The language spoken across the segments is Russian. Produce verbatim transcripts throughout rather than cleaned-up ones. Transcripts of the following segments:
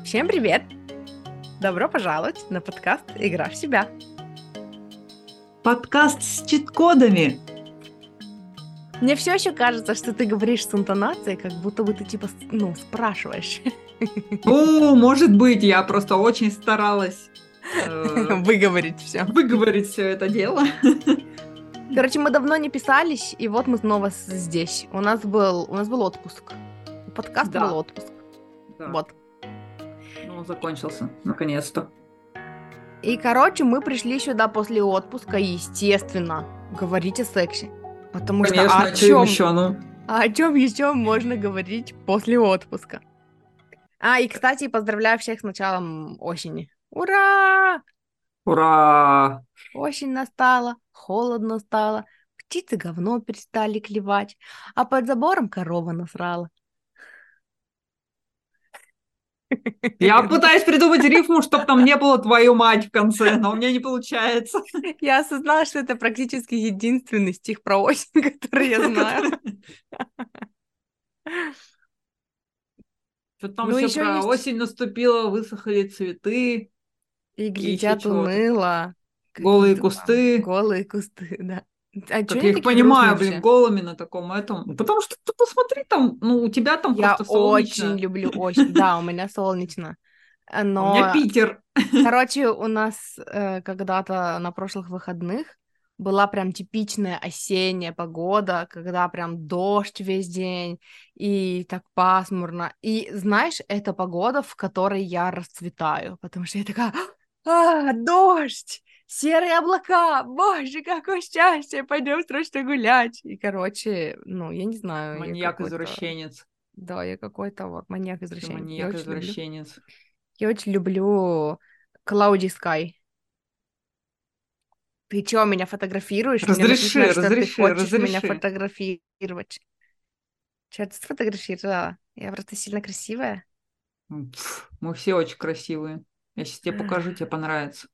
Всем привет! Добро пожаловать на подкаст «Игра в себя». Подкаст с чит-кодами. Мне все еще кажется, что ты говоришь с интонацией, как будто бы ты типа, ну, спрашиваешь. Ну, может быть, я просто очень старалась э, Выговорить все. выговорить все это дело. Короче, мы давно не писались, и вот мы снова с- здесь. У нас был, у нас был отпуск. У подкаста Да. был отпуск. Да. Вот. Ну, он закончился, наконец-то. И, короче, мы пришли сюда после отпуска, и, естественно, говорить о сексе. Потому что Конечно, о а что им чем, еще, ну? о чем еще можно говорить после отпуска? А, и, кстати, поздравляю всех с началом осени. Ура! Ура! Осень настала, холодно стало, птицы говно перестали клевать, а под забором корова насрала. Я пытаюсь придумать рифму, чтобы там не было твою мать в конце, но у меня не получается. Я осознала, что это практически единственный стих про осень, который я знаю. Что там Ну, еще еще про есть осень наступила, высохли цветы, и и еще глядят чего-то. уныло. Голые Какие-то там кусты. голые кусты, да. А чё Так они я их такие грустные понимаю, блин, все? голыми на таком этом. Потому что ты посмотри там, ну, у тебя там Я просто очень солнечно, люблю осень. Да, у меня солнечно. а у меня Но Питер. короче, у нас э, когда-то на прошлых выходных была прям типичная осенняя погода, когда прям дождь весь день и так пасмурно. И знаешь, это погода, в которой я расцветаю, потому что я такая, а, дождь, серые облака, боже, какое счастье, пойдем срочно гулять. И, короче, ну, я не знаю, я какой-то, Маньяк-извращенец. да, я какой-то вот Ты маньяк-извращенец. Я очень люблю. маньяк-извращенец. Я очень люблю Cloudy Sky. Ты чё, меня фотографируешь? Мне написано, Разреши, что ты разреши, хочешь меня разреши. фотографировать. Чё, ты сфотографировала? Я просто сильно красивая. Пф, мы все очень красивые. Я сейчас тебе покажу, Ах, тебе понравится.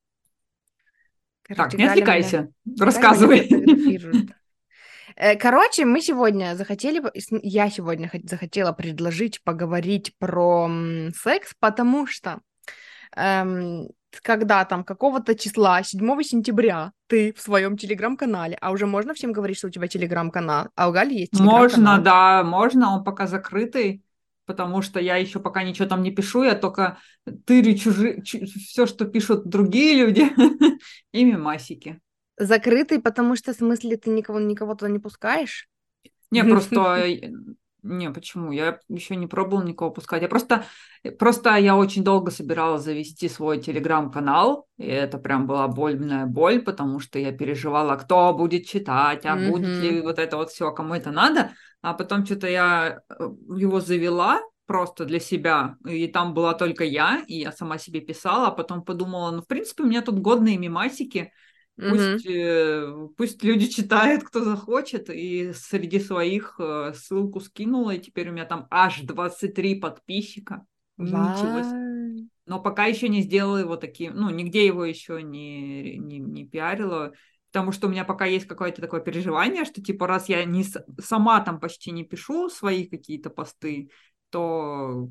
Так, короче, не Галя меня, отвлекайся. Галя меня Рассказывай. фотографирует. Э, Короче, мы сегодня захотели, бы- с- я сегодня хот- захотела предложить поговорить про м, секс, потому что эм, когда там какого-то числа, седьмого сентября, ты в своем телеграм-канале, а уже можно всем говорить, что у тебя телеграм-канал, а у Гали есть Можно, телеграм-канал. да, можно, он пока закрытый, потому что я еще пока ничего там не пишу, я только тырю чужие, все, что пишут другие люди, и мемасики. Закрытый, потому что, в смысле, ты никого, никого туда не пускаешь? Не, просто, э, не, почему? Я еще не пробовала никого пускать. Я просто, просто я очень долго собиралась завести свой телеграм-канал, и это прям была больная боль, потому что я переживала, кто будет читать, а будет Мгм. ли вот это вот все, кому это надо. А потом что-то я э, его завела просто для себя, и там была только я, и я сама себе писала, а потом подумала, ну, в принципе, у меня тут годные мемасики. Мгм. Пусть, э, пусть люди читают, кто захочет, и среди своих э, ссылку скинула, и теперь у меня там аж двадцать три подписчика. Ничего себе. Вау. Но пока еще не сделала его таким, ну, нигде его еще не, не, не пиарила, потому что у меня пока есть какое-то такое переживание, что, типа, раз я не, с- сама там почти не пишу свои какие-то посты, то,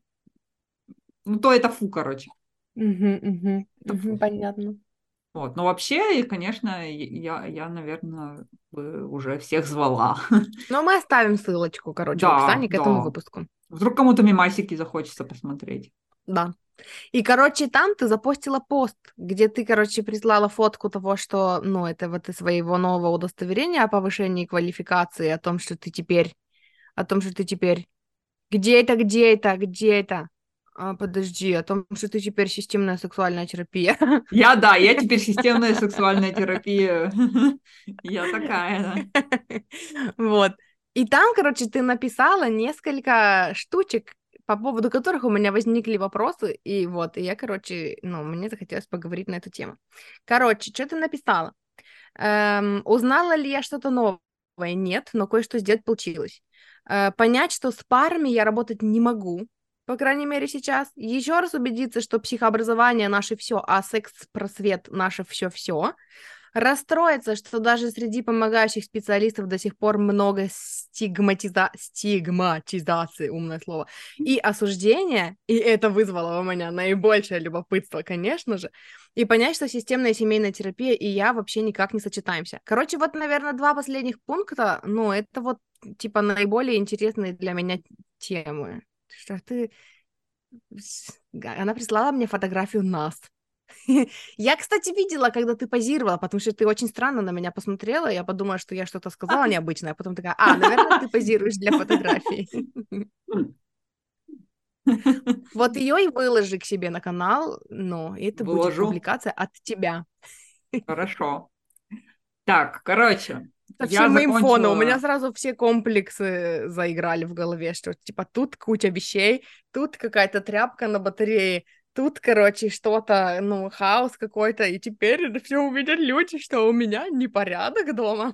ну, то это фу, короче. Мгм, мгм, Это мгм, фу. понятно. Вот. Но вообще, и, конечно, я, я, наверное, бы уже всех звала. Но мы оставим ссылочку, короче, в Да, описании к этому да. выпуску. Вдруг кому-то мемасики захочется посмотреть. Да. И, короче, там ты запостила пост, где ты, короче, прислала фотку того, что, ну, это вот из своего нового удостоверения о повышении квалификации, о том, что ты теперь, о том, что ты теперь, где это, где это, где это? А, подожди, о том, что ты теперь системная сексуальная терапия. Я, да, я теперь системная сексуальная терапия. Я такая, да. Вот. И там, короче, ты написала несколько штучек, по поводу которых у меня возникли вопросы, и вот, и я, короче, ну, мне захотелось поговорить на эту тему. Короче, что ты написала? Эм, узнала ли я что-то новое? Нет, но кое-что сделать получилось. Э, понять, что с парами я работать не могу, по крайней мере, сейчас. Еще раз убедиться, что психообразование наше все, а секс-просвет наше все-все. расстроиться, что даже среди помогающих специалистов до сих пор много стигматиза... стигматизации, умное слово, и осуждения, и это вызвало у меня наибольшее любопытство, конечно же, и понять, что системная семейная терапия и я вообще никак не сочетаемся. Короче, вот, наверное, два последних пункта, ну, это вот, типа, наиболее интересные для меня темы. Что ты... Она прислала мне фотографию нас. Я, кстати, видела, когда ты позировала, потому что ты очень странно на меня посмотрела, я подумала, что я что-то сказала необычное, а потом такая, а, наверное, ты позируешь для фотографии. Вот ее и выложи к себе на канал, но это будет Выложу. публикация от тебя. Хорошо. Так, короче, Со я всем моим фоном, у меня закончила... сразу все комплексы заиграли в голове, что типа тут куча вещей, тут какая-то тряпка на батарее, тут, короче, что-то, ну, хаос какой-то, и теперь это все увидят люди, что у меня непорядок дома.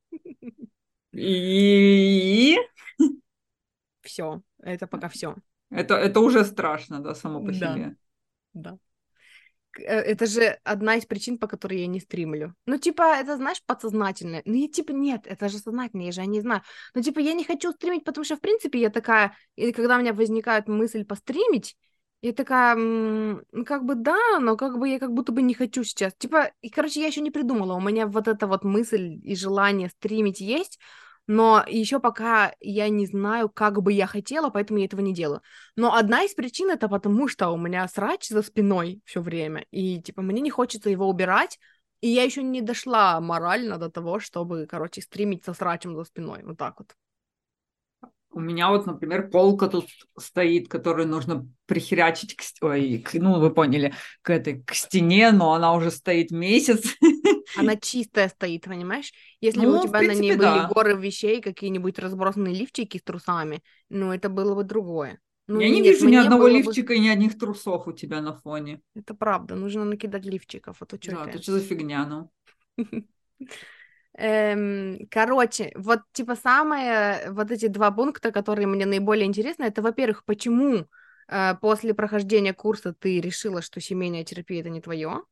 И... Все, это пока все. Это, это уже страшно, да, само по Да, себе. да. К- э, Это же одна из причин, по которой я не стримлю. Ну, типа, это, знаешь, подсознательно. Ну, и типа, нет, это же сознательно, я же не знаю. Ну, типа, я не хочу стримить, потому что, в принципе, я такая... И когда у меня возникает мысль постримить, я такая, м, ну, как бы да, но как бы я как будто бы не хочу сейчас. Типа, и, короче, я еще не придумала. У меня вот эта вот мысль и желание стримить есть, но еще пока я не знаю, как бы я хотела, поэтому я этого не делаю. Но одна из причин это потому, что у меня срач за спиной все время, и типа мне не хочется его убирать, и я еще не дошла морально до того, чтобы, короче, стримить со срачем за спиной, вот так вот. У меня вот, например, полка тут стоит, которую нужно прихерячить к, ст- ой, к- ну, вы поняли, к этой, к стене, но она уже стоит месяц. Она чистая стоит, понимаешь? Если бы у Ну, в тебя на ней принципе, были да. горы вещей, какие-нибудь разбросанные лифчики с трусами, ну, это было бы другое. Ну, Я не нет, вижу ни мне одного было бы... лифчика и ни одних трусов у тебя на фоне. Это правда, нужно накидать лифчиков, а то Да, это чё что за фигня, ну? Эм, короче, вот типа самые вот эти два пункта, которые мне наиболее интересны, это, во-первых, почему э, после прохождения курса ты решила, что семейная терапия это не твое,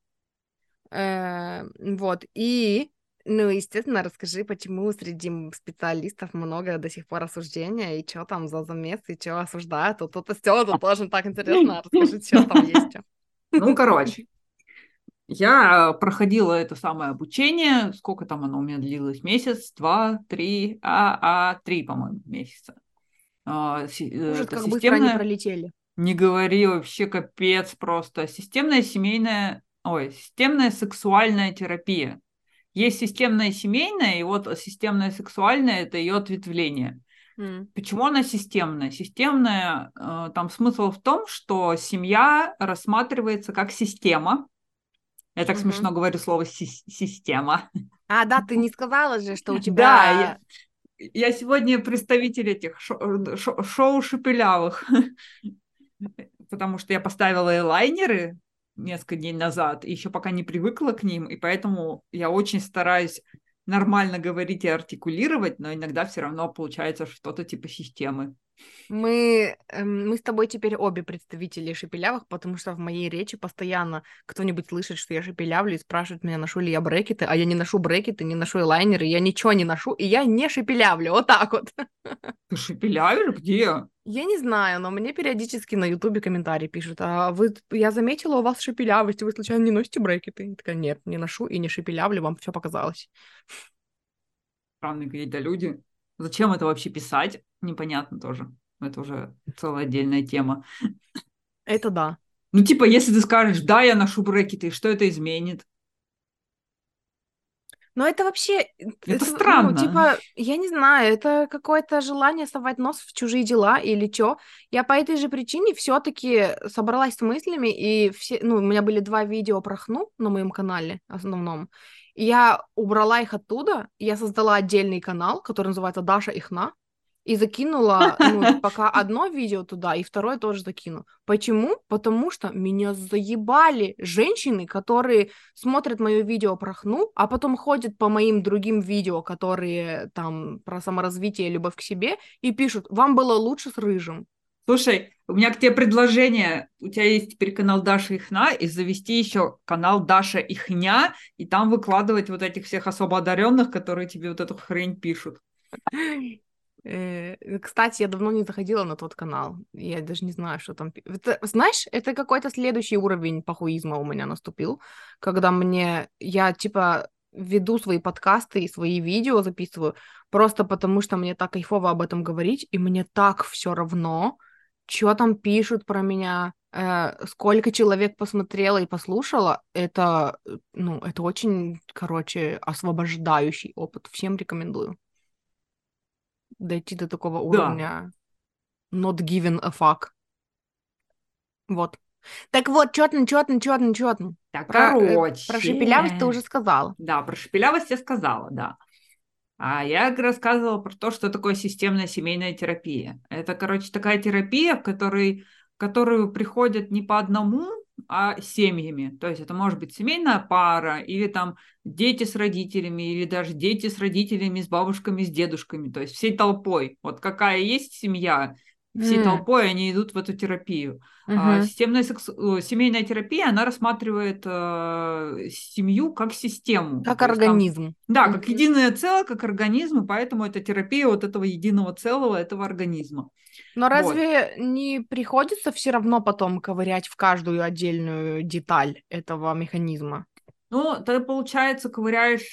вот, и, ну, естественно, расскажи, почему среди м- специалистов много до сих пор осуждения, и что там за замес, и что осуждают, тут это все, это тоже так интересно, расскажи, что там есть. чё. Ну, короче, я проходила это самое обучение. Сколько там оно у меня длилось? Месяц, два, три, а, а три, по-моему, месяца. А, си- э, Ужас, это как быстро они системная, пролетели. не говори, вообще капец просто. Системная семейная, ой, системная сексуальная терапия. Есть системная семейная, и вот системная сексуальная – это ее ответвление. М, Почему она системная? Системная, э, там смысл в том, что семья рассматривается как система. Я так мгм. смешно говорю слово «си- система. А, да, ты не сказала же, что у Да, я, тебя... я сегодня представитель этих шо- шо- шоу шепелявых, потому что я поставила элайнеры несколько дней назад, и еще пока не привыкла к ним, и поэтому я очень стараюсь нормально говорить и артикулировать, но иногда все равно получается что-то типа системы. Мы, эм, мы с тобой теперь обе представители шепелявых, потому что в моей речи постоянно кто-нибудь слышит, что я шепелявлю и спрашивает меня, ношу ли я брекеты, а я не ношу брекеты, не ношу элайнеры, я ничего не ношу, и я не шепелявлю, вот так вот. Ты шепелявишь? Где? Я не знаю, но мне периодически на ютубе комментарии пишут, а вы, я заметила у вас шепелявость, вы случайно не носите брекеты? Я такая, нет, не ношу и не шепелявлю, вам все показалось. Странные какие-то люди. Зачем это вообще писать? Непонятно тоже. Это уже целая отдельная тема. Это да. Ну, типа, если ты скажешь, да, я ношу брекеты, что это изменит? Но это вообще, Это это, ну, странно. типа, я не знаю, это какое-то желание совать нос в чужие дела или чё. Я по этой же причине все-таки собралась с мыслями, и все, ну, у меня были два видео про хну на моем канале основном. И я убрала их оттуда, и я создала отдельный канал, который называется Даша и Хна, и закинула, ну, пока одно видео туда, и второе тоже закину. Почему? Потому что меня заебали женщины, которые смотрят мое видео про хну, а потом ходят по моим другим видео, которые там про саморазвитие и любовь к себе, и пишут, вам было лучше с рыжим. Слушай, у меня к тебе предложение. У тебя есть теперь канал Даша Ихна, и завести еще канал Даша Ихня, и там выкладывать вот этих всех особо одаренных, которые тебе вот эту хрень пишут. Э, Кстати, я давно не заходила на тот канал. Я даже не знаю, что там. пи- Это, знаешь, это какой-то следующий уровень похуизма у меня наступил, когда мне я типа веду свои подкасты и свои видео записываю просто потому, что мне так кайфово об этом говорить, и мне так все равно, что там пишут про меня, э, сколько человек посмотрело и послушало. Это, э, ну, это очень, короче, освобождающий опыт. Всем рекомендую дойти до такого Да. уровня not given a fuck. Вот. Так вот, чё там, чё там, чё там, чё там? Так, Про, э, про шепелявость ты короче. уже сказал. Да, про шепелявость я сказала, да. А я рассказывала про то, что такое системная семейная терапия. Это, короче, такая терапия, в которой, в которую приходят не по одному, а семьями. То есть это может быть семейная пара, или там дети с родителями, или даже дети с родителями, с бабушками, с дедушками. То есть всей толпой. Вот какая есть семья, всей М, толпой они идут в эту терапию. А, мгм. системная сексу- о, семейная терапия, она рассматривает э, семью как систему. Как То есть там организм. да, как Мгм. единое целое, как организм, и поэтому это терапия вот этого единого целого, этого организма. Но Вот. разве не приходится все равно потом ковырять в каждую отдельную деталь этого механизма? Ну, ты, получается, ковыряешь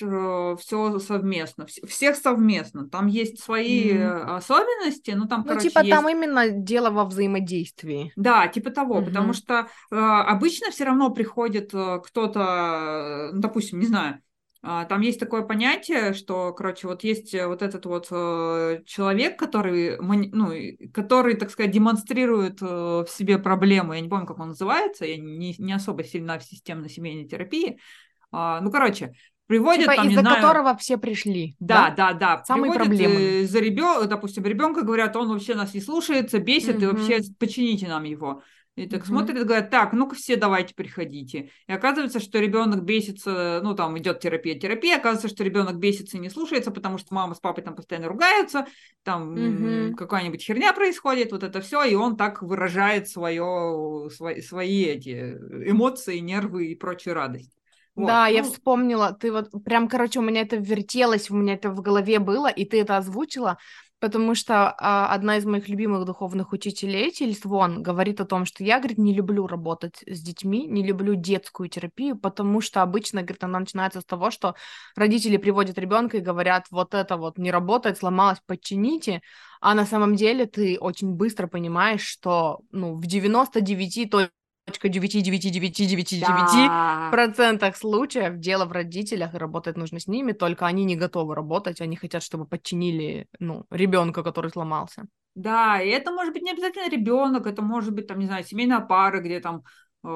все совместно, вс- всех совместно. Там есть свои М. э, особенности, ну, там, Ну, короче, типа там есть. именно дело во взаимодействии. Да, типа того, потому Мгм. что э, обычно все равно приходит э, кто-то, э, ну, допустим, не знаю, а, там есть такое понятие, что, короче, вот есть э, вот этот вот э, человек, который, мани- ну, и- который, так сказать, демонстрирует э, в себе проблемы. Я не помню, как он называется, я не, не особо сильна в системно-семейной терапии. А, ну, короче, Типа приводят там, не из-за знаю, которого все пришли, да, да? да, да. Самый Приводят проблемный. э, за ребенка, допустим, ребенка, говорят, он вообще нас не слушается, бесит, и вообще Мгм. почините нам его. И так Мгм. смотрят, говорят, так, ну-ка все давайте приходите. И оказывается, что ребенок бесится, ну там идет терапия, терапия, оказывается, что ребенок бесится и не слушается, потому что мама с папой там постоянно ругаются, там м, Мгм. какая-нибудь херня происходит, вот это все, и он так выражает свое, свои, свои эти эмоции, нервы и прочую радость. Вот, Да, я ну, вспомнила, ты вот прям, короче, у меня это вертелось, у меня это в голове было, и ты это озвучила, потому что а, одна из моих любимых духовных учителей, Тильс Вон, говорит о том, что я, говорит, не люблю работать с детьми, не люблю детскую терапию, потому что обычно, говорит, она начинается с того, что родители приводят ребенка и говорят, вот это вот не работает, сломалось, подчините, а на самом деле ты очень быстро понимаешь, что, ну, в девяносто девять точка девять девять девять девять девять да. процентах случаев дело в родителях, и работать нужно с ними, только они не готовы работать, они хотят, чтобы подчинили, ну, ребенка, который сломался. Да, и это может быть не обязательно ребенок, это может быть, там, не знаю, семейная пара, где там, э,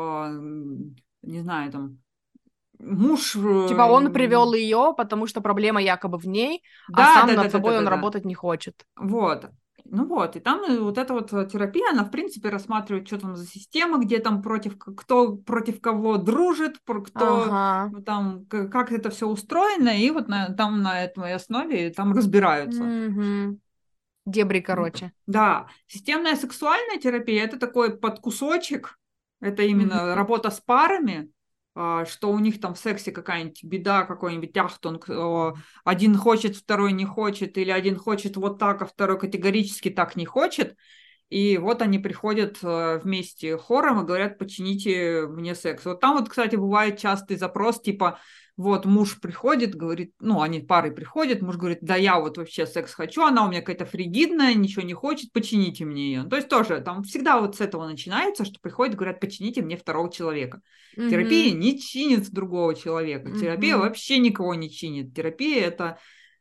м, не знаю, там, муж, Типа э, он привел ее, потому что проблема якобы в ней, а да, сам да, да, над да, да, собой да, он да, работать не хочет. вот. Ну вот, и там э, вот эта вот э, терапия, она, в принципе, рассматривает, что там за система, где там против, к- кто против кого дружит, про- кто Ага. ну, там, к- как это все устроено, и вот на, там на этой основе там разбираются. Мгм. Дебри, короче. Да, системная сексуальная терапия– это такой подкусочек, это именно Мгм. работа с парами, а, что у них там в сексе какая-нибудь беда, какой-нибудь ахтунг, о, один хочет, второй не хочет, или один хочет вот так, а второй категорически так не хочет, и вот они приходят э, вместе хором и говорят, почините мне секс. Вот там вот, кстати, бывает частый запрос, типа, вот муж приходит, говорит, ну, они парой приходят, муж говорит, да я вот вообще секс хочу, она у меня какая-то фригидная, ничего не хочет, почините мне ее. То есть тоже там всегда вот с этого начинается, что приходят, говорят, почините мне второго человека. Терапия Мгм. не чинит другого человека, терапия Мгм. вообще никого не чинит. Терапия это...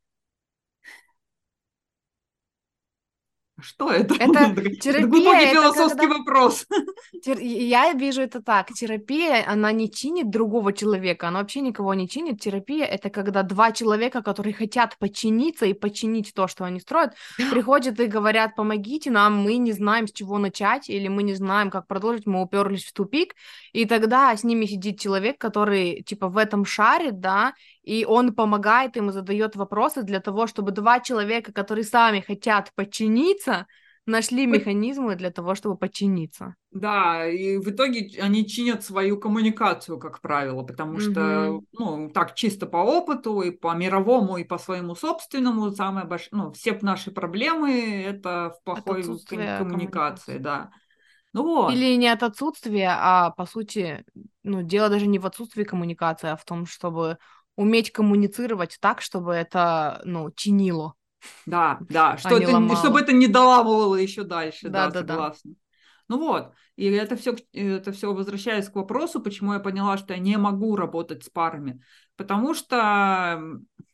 Что это? Это Это глубокий терапия, это философский когда вопрос. Тер- Я вижу это так. Терапия, она не чинит другого человека, она вообще никого не чинит. Терапия — это когда два человека, которые хотят подчиниться и подчинить то, что они строят, приходят и говорят, помогите нам, мы не знаем, с чего начать, или мы не знаем, как продолжить, мы уперлись в тупик. И тогда с ними сидит человек, который, типа, в этом шарит, да, и он помогает им и задает вопросы для того, чтобы два человека, которые сами хотят подчиниться, нашли механизмы для того, чтобы подчиниться. Да, и в итоге они чинят свою коммуникацию, как правило, потому что, Угу. ну, так чисто по опыту и по мировому, и по своему собственному, самое большое, ну, все наши проблемы — это в Это плохой ком- отсутствие коммуникации, коммуникации. да. Ну вот, Или не от отсутствия, а по сути, ну, дело даже не в отсутствии коммуникации, а в том, чтобы уметь коммуницировать так, чтобы это, ну, чинило, да, да, а что не это, чтобы ломало. это не доламывало еще дальше, да, Да-да-да. согласна. Ну вот, и это все, это все возвращаясь к вопросу, почему я поняла, что я не могу работать с парами. Потому что,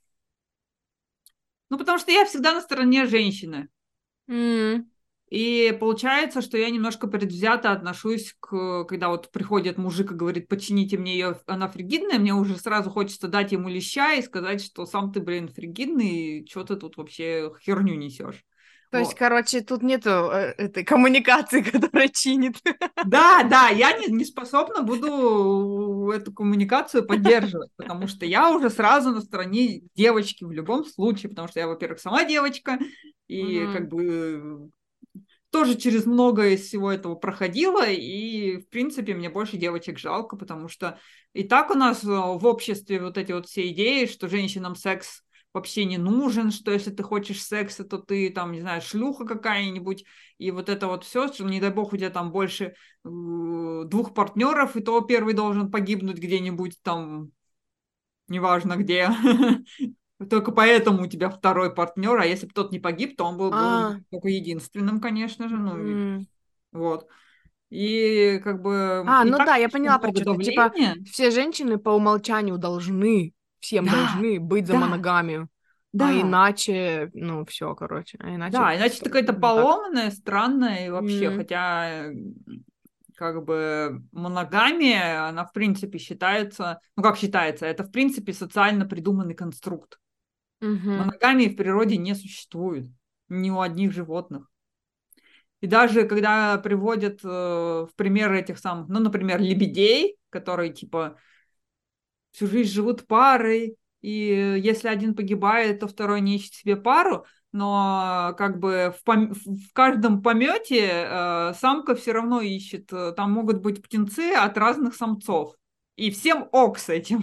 ну, потому что я всегда на стороне женщины. М. И получается, что я немножко предвзято отношусь к, когда вот приходит мужик и говорит, почините мне ее, она фригидная, мне уже сразу хочется дать ему леща и сказать, что сам ты, блин, фригидный, что ты тут вообще херню несешь. То есть, Вот. короче, тут нету э, этой коммуникации, которая чинит. Да, да, я не, не способна буду эту коммуникацию поддерживать, потому что я уже сразу на стороне девочки в любом случае, потому что я, во-первых, сама девочка, и как Мгм. бы тоже через многое из всего этого проходила, и, в принципе, мне больше девочек жалко, потому что и так у нас э, в обществе вот эти вот все идеи, что женщинам секс вообще не нужен, что если ты хочешь секса, то ты там, не знаю, шлюха какая-нибудь, и вот это вот все, что, не дай бог, у тебя там больше э, двух партнеров, и то первый должен погибнуть где-нибудь там, неважно где. Только поэтому у тебя второй партнер, а если бы тот не погиб, то он был бы А, только единственным, конечно же, ну, и м. вот. И как бы А, и ну так да, я слишком поняла про много что ты. Типа, давления. все женщины по умолчанию должны, всем Да, должны быть за да, моногамию. А да, иначе, ну, все, короче. А иначе да, иначе ты что-то какая-то не так. поломанная, странная и вообще, М. хотя как бы моногамия, она в принципе считается, ну как считается, это в принципе социально придуманный конструкт. Мгм. Моногамии в природе не существует ни у одних животных. И даже когда приводят э, в пример этих самых, ну, например, лебедей, которые типа всю жизнь живут парой, и если один погибает, то второй не ищет себе пару, но как бы в, пом- в каждом помете э, самка все равно ищет, э, там могут быть птенцы от разных самцов, и всем ок с этим.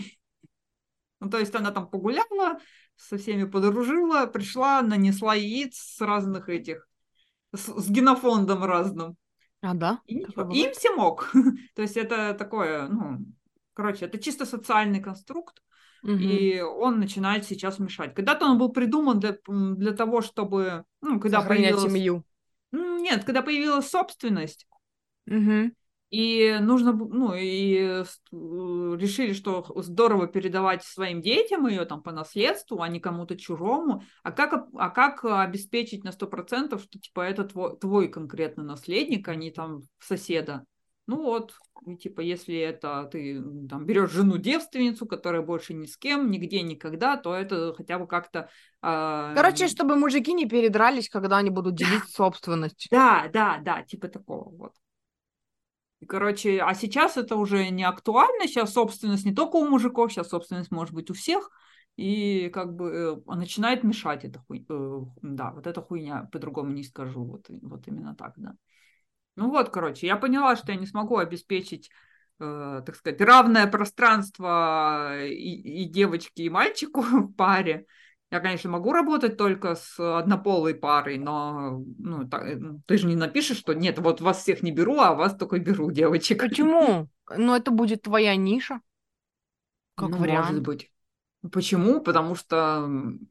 Ну, то есть она там погуляла, со всеми подружила, пришла, нанесла яиц с разных этих, с, с генофондом разным. А, да? И ничего. Такое И им бывает? всем ок. То есть это такое, ну, короче, это чисто социальный конструкт, Мгм. и он начинает сейчас мешать. Когда-то он был придуман для, для того, чтобы, ну, когда Сохранять появилась, семью. м, нет, когда появилась собственность, Мгм. и нужно, б- ну, и с- э, решили, что здорово передавать своим детям ее там по наследству, а не кому-то чужому. А как, об- а как обеспечить на сто процентов, что типа это твой, твой конкретно наследник, а не там соседа? Ну вот, и, типа, если это ты м, там берешь жену-девственницу, которая больше ни с кем, нигде, никогда, то это хотя бы как-то а, Короче, чтобы мужики не передрались, когда они будут делить собственность. да, да, да, типа такого вот. И, короче, а сейчас это уже не актуально, сейчас собственность не только у мужиков, сейчас собственность может быть у всех, и как бы э, начинает мешать эта хуйня, да, вот эта хуйня, по-другому не скажу, вот, и- вот именно так, да. Ну вот, короче, я поняла, что я не смогу обеспечить, э, так сказать, равное пространство и, и девочке, и мальчику в паре. Я, конечно, могу работать только с однополой парой, но ну, та- э, ну, ты же не напишешь, что нет, вот вас всех не беру, а вас только беру, девочек. Почему? Ну, это будет твоя ниша, как Ну, может вариант. быть. Почему? Потому что м,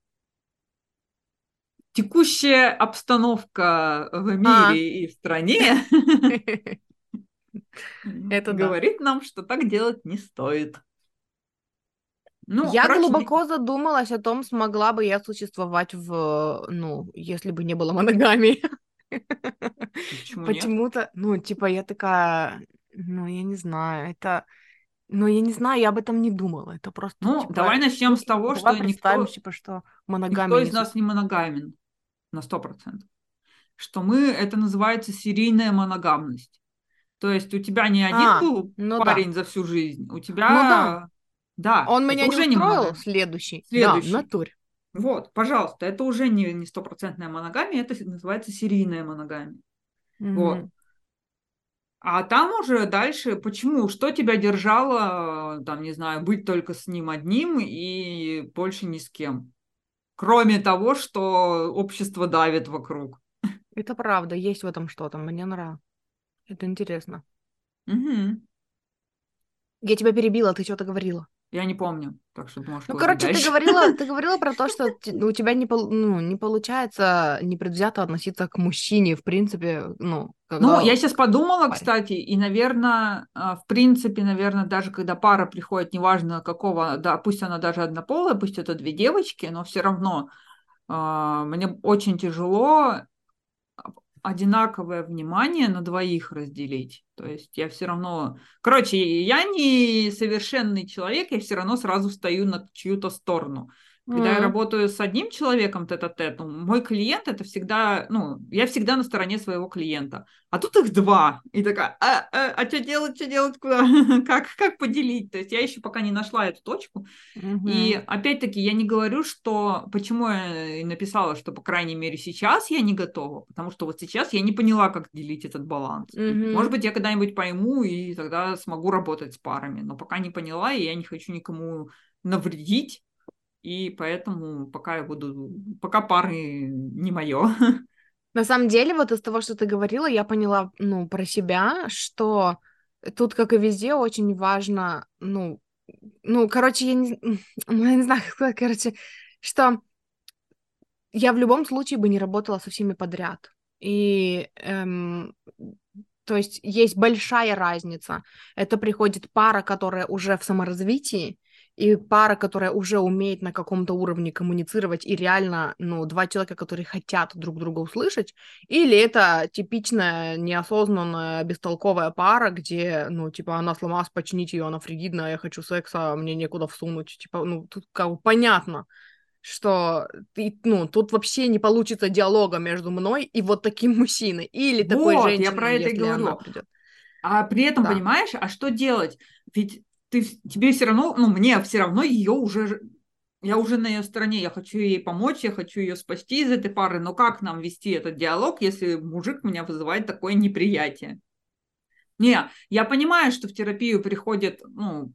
текущая обстановка в А, мире и в стране это да. говорит нам, что так делать не стоит. Ну, Я короче, не- глубоко задумалась о том, смогла бы я существовать в, ну, если бы не было моногамии. почему нет? Почему-то, ну, типа, я такая, ну, я не знаю, это, ну, я не знаю, я об этом не думала. Это просто, Ну, типа, давай начнем с окей, того, давай что представим, никто, типа, что никто моногамия из не нас не существует. моногамен на сто процентов. Что мы, это называется серийная моногамность. То есть у тебя не один А, был ну да, парень за всю жизнь, у ну да. тебя, да, Он это меня не уже не устроил, моногамия. следующий, да, в Следующий. натуре. Вот, пожалуйста, это уже не, не стопроцентная моногамия, это называется серийная моногамия. Вот. Мгм. А там уже дальше, почему, что тебя держало, там, не знаю, быть только с ним одним и больше ни с кем? Кроме того, что общество давит вокруг. Это правда, есть в этом что-то, мне нравится. Это интересно. Мгм. Я тебя перебила, ты что-то говорила. Я не помню, так что можешь Ну, говорить короче, ты дальше. говорила, ты говорила про то, что ти- ну, у тебя не, пол- ну, не получается непредвзято относиться к мужчине, в принципе, ну, Ну, когда я сейчас подумала, парень. кстати, и, наверное, в принципе, наверное, даже когда пара приходит, неважно какого, да, пусть она даже однополая, пусть это две девочки, но все равно а, мне очень тяжело одинаковое внимание на двоих разделить. То есть я все равно... Короче, я не совершенный человек, я все равно сразу встаю на чью-то сторону. Когда я М, работаю с одним человеком тет-а-тет, ну, мой клиент это всегда, ну, я всегда на стороне своего клиента. А тут их два. И такая, а, а, а что делать, что делать, куда? как, как поделить? То есть я еще пока не нашла эту точку. И мгм, опять-таки я не говорю, что почему я и написала, что, по крайней мере, сейчас я не готова, потому что вот сейчас я не поняла, как делить этот баланс. Может мгм. быть, я когда-нибудь пойму и тогда смогу работать с парами, но пока не поняла, и я не хочу никому навредить, и поэтому пока я буду, пока пары не мое. На самом деле, вот из того, что ты говорила, я поняла, ну, про себя, что тут, как и везде, очень важно, ну, ну, короче, я не, ну, я не знаю, как сказать, короче, что я в любом случае бы не работала со всеми подряд. И, эм, то есть, есть большая разница. Это приходит пара, которая уже в саморазвитии, и пара, которая уже умеет на каком-то уровне коммуницировать, и реально, ну, два человека, которые хотят друг друга услышать, или это типичная неосознанная бестолковая пара, где, ну, типа, она сломалась, починить ее, она фригидная, я хочу секса, мне некуда всунуть, типа, ну, тут как бы понятно, что ты, ну, тут вообще не получится диалога между мной и вот таким мужчиной или такой Вот, я про женщиной, это и если она говорю. придет. А при этом, Да. понимаешь, а что делать? Ведь ты, тебе все равно, ну, мне все равно ее уже, я уже на ее стороне, я хочу ей помочь, я хочу ее спасти из этой пары, но как нам вести этот диалог, если мужик меня вызывает такое неприятие? Не, я понимаю, что в терапию приходят, ну,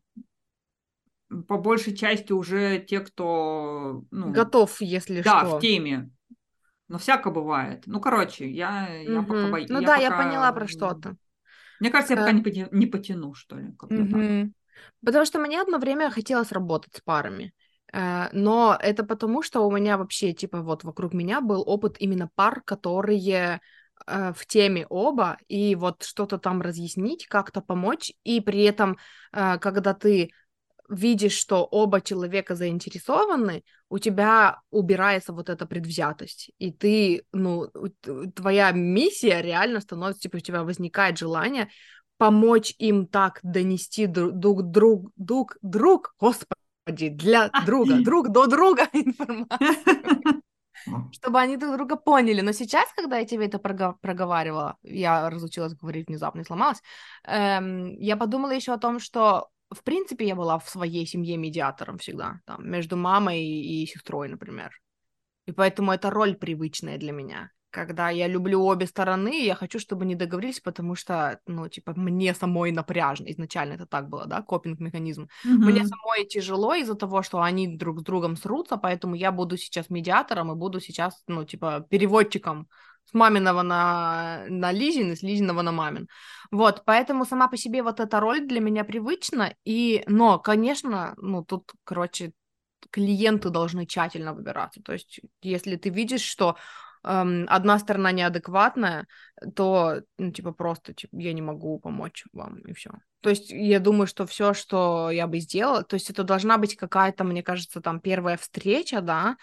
по большей части уже те, кто, ну, Готов, если да, в что. теме, но всяко бывает. Ну, короче, я, я пока, Мгм. бо- Ну я да, я поняла пока, про что ты. мне кажется, я пока Э, не, поти- не потяну, что ли, как-то так. мгм. Потому что мне одно время хотелось работать с парами. Э, но это потому, что у меня вообще, типа, вот вокруг меня был опыт именно пар, которые э, в теме оба, и вот что-то там разъяснить, как-то помочь, и при этом, э, когда ты видишь, что оба человека заинтересованы, у тебя убирается вот эта предвзятость, и ты, ну, у- т- твоя миссия реально становится, типа, у тебя возникает желание помочь им так донести друг друг друг друг, друг, господи, для друга, друг до друга информацию, чтобы они друг друга поняли. Но сейчас, когда я тебе это прого- проговаривала, я разучилась говорить внезапно и сломалась, эм, я подумала еще о том, что в принципе я была в своей семье медиатором всегда, там, между мамой и сестрой, например. И поэтому это роль привычная для меня. Когда я люблю обе стороны, я хочу, чтобы они договорились, потому что, ну, типа, мне самой напряжно. Изначально это так было, да, копинг-механизм. Мне Мгм. самой тяжело из-за того, что они друг с другом срутся, поэтому я буду сейчас медиатором и буду сейчас, ну, типа, переводчиком с маминого на, на Лизин и с Лизиного на мамин. Вот, поэтому сама по себе вот эта роль для меня привычна, и, но, конечно, ну, тут, короче, клиенты должны тщательно выбираться. То есть, если ты видишь, что эм, одна сторона неадекватная, то, ну, типа, просто типа, я не могу помочь вам, и все. То есть, я думаю, что все, что я бы сделала, то есть, это должна быть какая-то, мне кажется, там, первая встреча, да.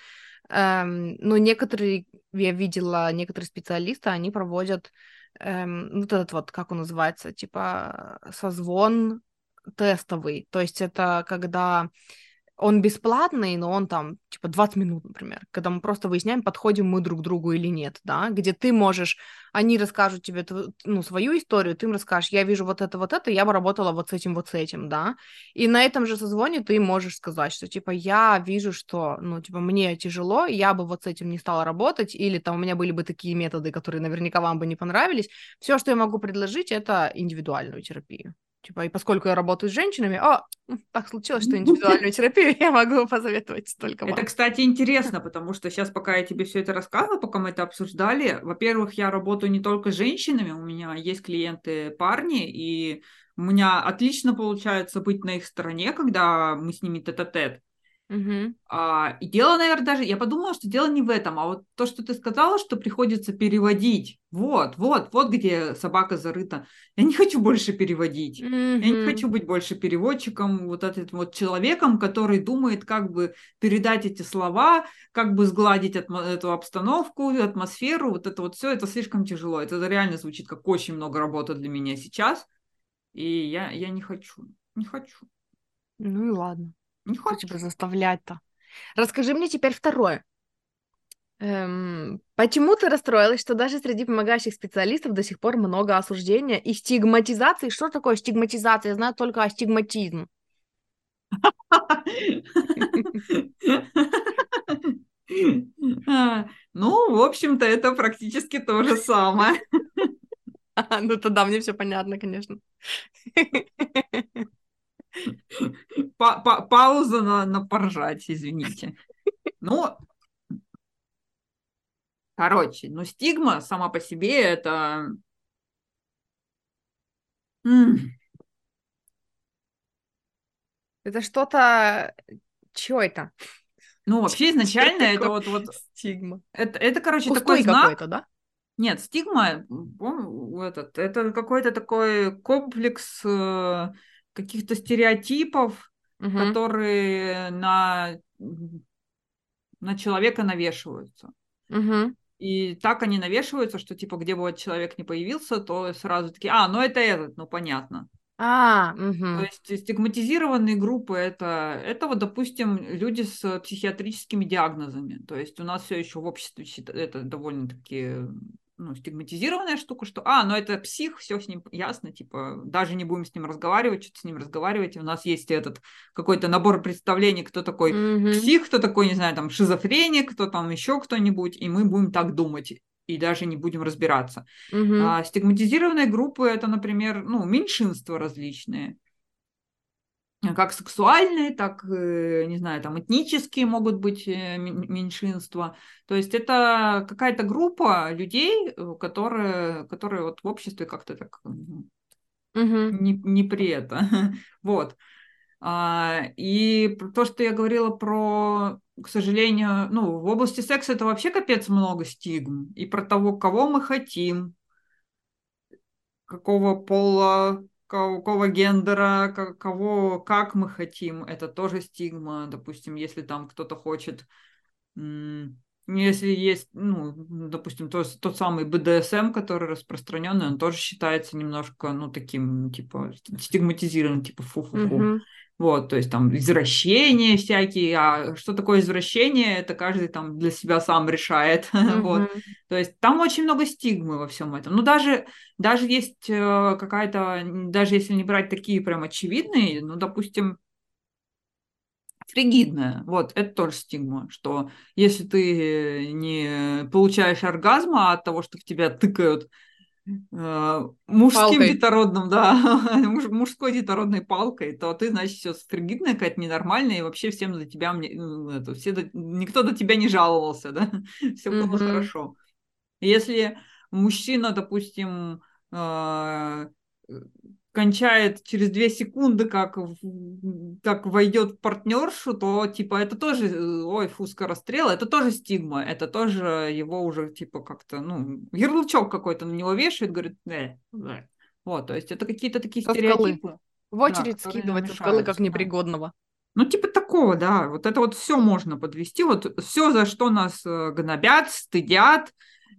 Эм, но некоторые, я видела, некоторые специалисты, они проводят эм, ну, вот этот вот, как он называется, типа, созвон тестовый. То есть, это когда он бесплатный, но он там, типа, двадцать минут, например, когда мы просто выясняем, подходим мы друг к другу или нет, да, где ты можешь, они расскажут тебе, тв- ну, свою историю, ты им расскажешь, я вижу вот это, вот это, я бы работала вот с этим, вот с этим, да, и на этом же созвоне ты можешь сказать, что, типа, я вижу, что, ну, типа, мне тяжело, я бы вот с этим не стала работать, или там у меня были бы такие методы, которые наверняка вам бы не понравились, все, что я могу предложить, это индивидуальную терапию. Типа, и поскольку я работаю с женщинами, о, так случилось, что индивидуальную терапию я могу посоветовать только Это, вам. кстати, интересно, потому что сейчас, пока я тебе все это рассказывала, пока мы это обсуждали, во-первых, я работаю не только с женщинами, у меня есть клиенты парни, и у меня отлично получается быть на их стороне, когда мы с ними тет-а-тет. Мгм. А, и дело, наверное, даже, я подумала, что дело не в этом, а вот то, что ты сказала, что приходится переводить. Вот, вот, вот где собака зарыта. Я не хочу больше переводить. Я не Мгм. хочу быть больше переводчиком, вот этим вот человеком, который думает, как бы передать эти слова, как бы сгладить атмо- эту обстановку, атмосферу, вот это вот все, это слишком тяжело. Это реально звучит как очень много работы для меня сейчас, и я, я не хочу, не хочу, Ну и ладно. не Что тебя хочу. заставлять-то? Расскажи мне теперь второе. Эм, почему ты расстроилась, что даже среди помогающих специалистов до сих пор много осуждения и стигматизации? Что такое стигматизация? Я знаю только астигматизм. А, Ну, в общем-то, это практически то же самое. Ну тогда мне все понятно, конечно. Па- па- Пауза на, на поржать, извините. Ну, короче, ну, стигма сама по себе это... м, Это что-то... Чё это? Ну, вообще Чё изначально это такое вот, вот стигма? это, это, короче, такой Устой какой-то, знак. да? Нет, стигма, по- этот, это какой-то такой комплекс э, каких-то стереотипов, Угу, которые на, на человека навешиваются. угу. И так они навешиваются, что типа где бы вот человек не появился, то сразу такие, а, ну это этот, ну понятно. А, То угу, есть стигматизированные группы это, это вот, допустим, люди с психиатрическими диагнозами. То есть у нас все еще в обществе счит- это довольно-таки ну, стигматизированная штука, что, а, ну это псих, все с ним ясно, типа, даже не будем с ним разговаривать, что-то с ним разговаривать. У нас есть этот какой-то набор представлений, кто такой угу, псих, кто такой, не знаю, там, шизофреник, кто там еще кто-нибудь, и мы будем так думать и даже не будем разбираться. угу, А стигматизированные группы это, например, ну, меньшинства различные как сексуальные, так, э, не знаю, там этнические могут быть э, мен- меньшинства. То есть это какая-то группа людей, э, которые, которые вот в обществе как-то так м, угу, не, не при это. Вот. А, и про то, что я говорила про, к сожалению, ну, в области секса это вообще капец много стигм. И про того, кого мы хотим, какого пола, какого гендера, ка- кого, как мы хотим, это тоже стигма. Допустим, если там кто-то хочет, м, если есть, ну, допустим, тот, тот самый бэ дэ эс эм, который распространенный, он тоже считается немножко, ну, таким, типа, стигматизированным, типа, фу-фу-фу. угу, Вот, то есть там извращения всякие, а что такое извращение, это каждый там для себя сам решает, вот. угу, То есть там очень много стигмы во всем этом. Ну, даже, даже есть э, какая-то, даже если не брать такие прям очевидные, ну, допустим, фригидная, вот, это тоже стигма, что если ты не получаешь оргазма от того, что в тебя тыкают э, мужским палкой. детородным, да, муж- мужской детородной палкой, то ты, значит, все фригидная какая-то ненормальная, и вообще всем за тебя, мне, ну, это, все до- никто до тебя не жаловался, да, все было Угу, хорошо. Если мужчина, допустим, э, кончает через две секунды, как, в- как войдет в партнершу, то типа это тоже, э, ой, фу, скорострел, это тоже стигма, это тоже его уже типа как-то, ну, ярлычок какой-то на него вешает, говорит, э, э. Вот, то есть это какие-то такие со скалы. стереотипы, В да, очередь которые скидывать со скалы как мешают, да. непригодного. Ну, типа такого, да. Вот это вот все можно подвести. Вот все, за что нас э, гнобят, стыдят,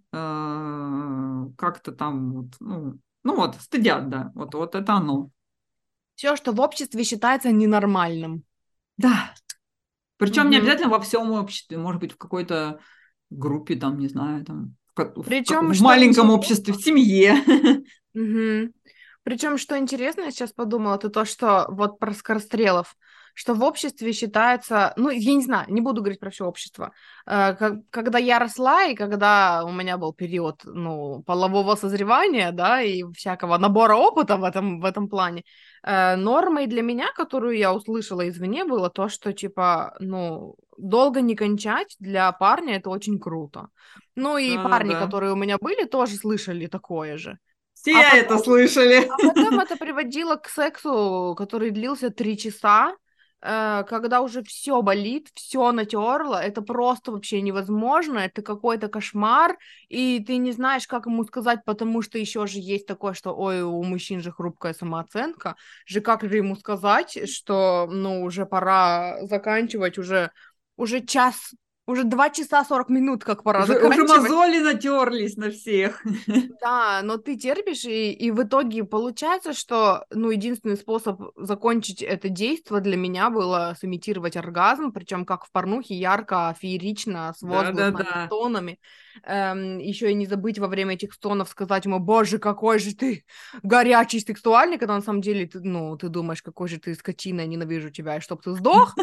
э, как-то там, вот, ну, ну вот, стыдят, да. Вот, вот это оно. Все, что в обществе считается ненормальным. Да, Причем не Мгм. обязательно во всем обществе, может быть, в какой-то группе, там, не знаю, там, в, ка- в ка- Причем, в что маленьком интересно, обществе, в семье. Мгм. Причем, что интересно, я сейчас подумала, это то, что вот про скорострелов, что в обществе считается, ну, я не знаю, не буду говорить про все общество. Э, ко- Когда я росла и когда у меня был период, ну, полового созревания, да, и всякого набора опыта в этом, в этом плане, э, нормой для меня, которую я услышала извне, было то, что, типа, ну, долго не кончать для парня это очень круто. Ну, и парни, Да-да-да. которые у меня были, тоже слышали такое же. Все А это потом, слышали. а потом это приводило к сексу, который длился три часа, э, когда уже все болит, все натерло, это просто вообще невозможно, это какой-то кошмар, и ты не знаешь, как ему сказать, потому что еще же есть такое, что, ой, у мужчин же хрупкая самооценка, же как же ему сказать, что, ну, уже пора заканчивать, уже, уже час, уже два часа сорок минут, как пора Уже, уже заканчивать. мозоли натерлись на всех. Да, но ты терпишь, и, и в итоге получается, что, ну, единственный способ закончить это действо для меня было сымитировать оргазм, причем как в порнухе, ярко, феерично, с возгласами, Да-да-да. стонами. Еще и не забыть во время этих стонов сказать ему, боже, какой же ты горячий, сексуальный, когда на самом деле, ты, ну, ты думаешь, какой же ты скотина, я ненавижу тебя, и чтоб ты сдох.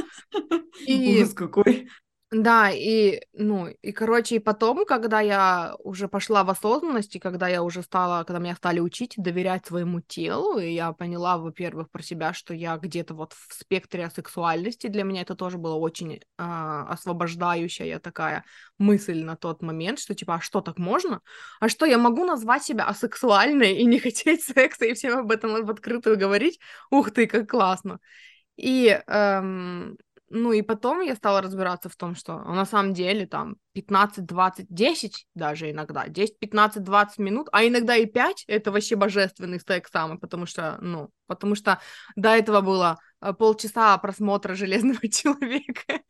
И Ужас какой. да, и, ну, и, короче, и потом, когда я уже пошла в осознанность, и когда я уже стала, когда меня стали учить доверять своему телу, и я поняла, во-первых, про себя, что я где-то вот в спектре асексуальности, для меня это тоже было очень а, освобождающая такая мысль на тот момент, что типа, а что, так можно? А что, я могу назвать себя асексуальной и не хотеть секса, и всем об этом в открытую говорить? Ух ты, как классно! И, эм, ну, и потом я стала разбираться в том, что на самом деле там пятнадцать, двадцать, десять даже иногда, десять, пятнадцать, двадцать минут, а иногда и пять это вообще божественный секс самый, потому что, ну, потому что до этого было э, полчаса просмотра «Железного человека».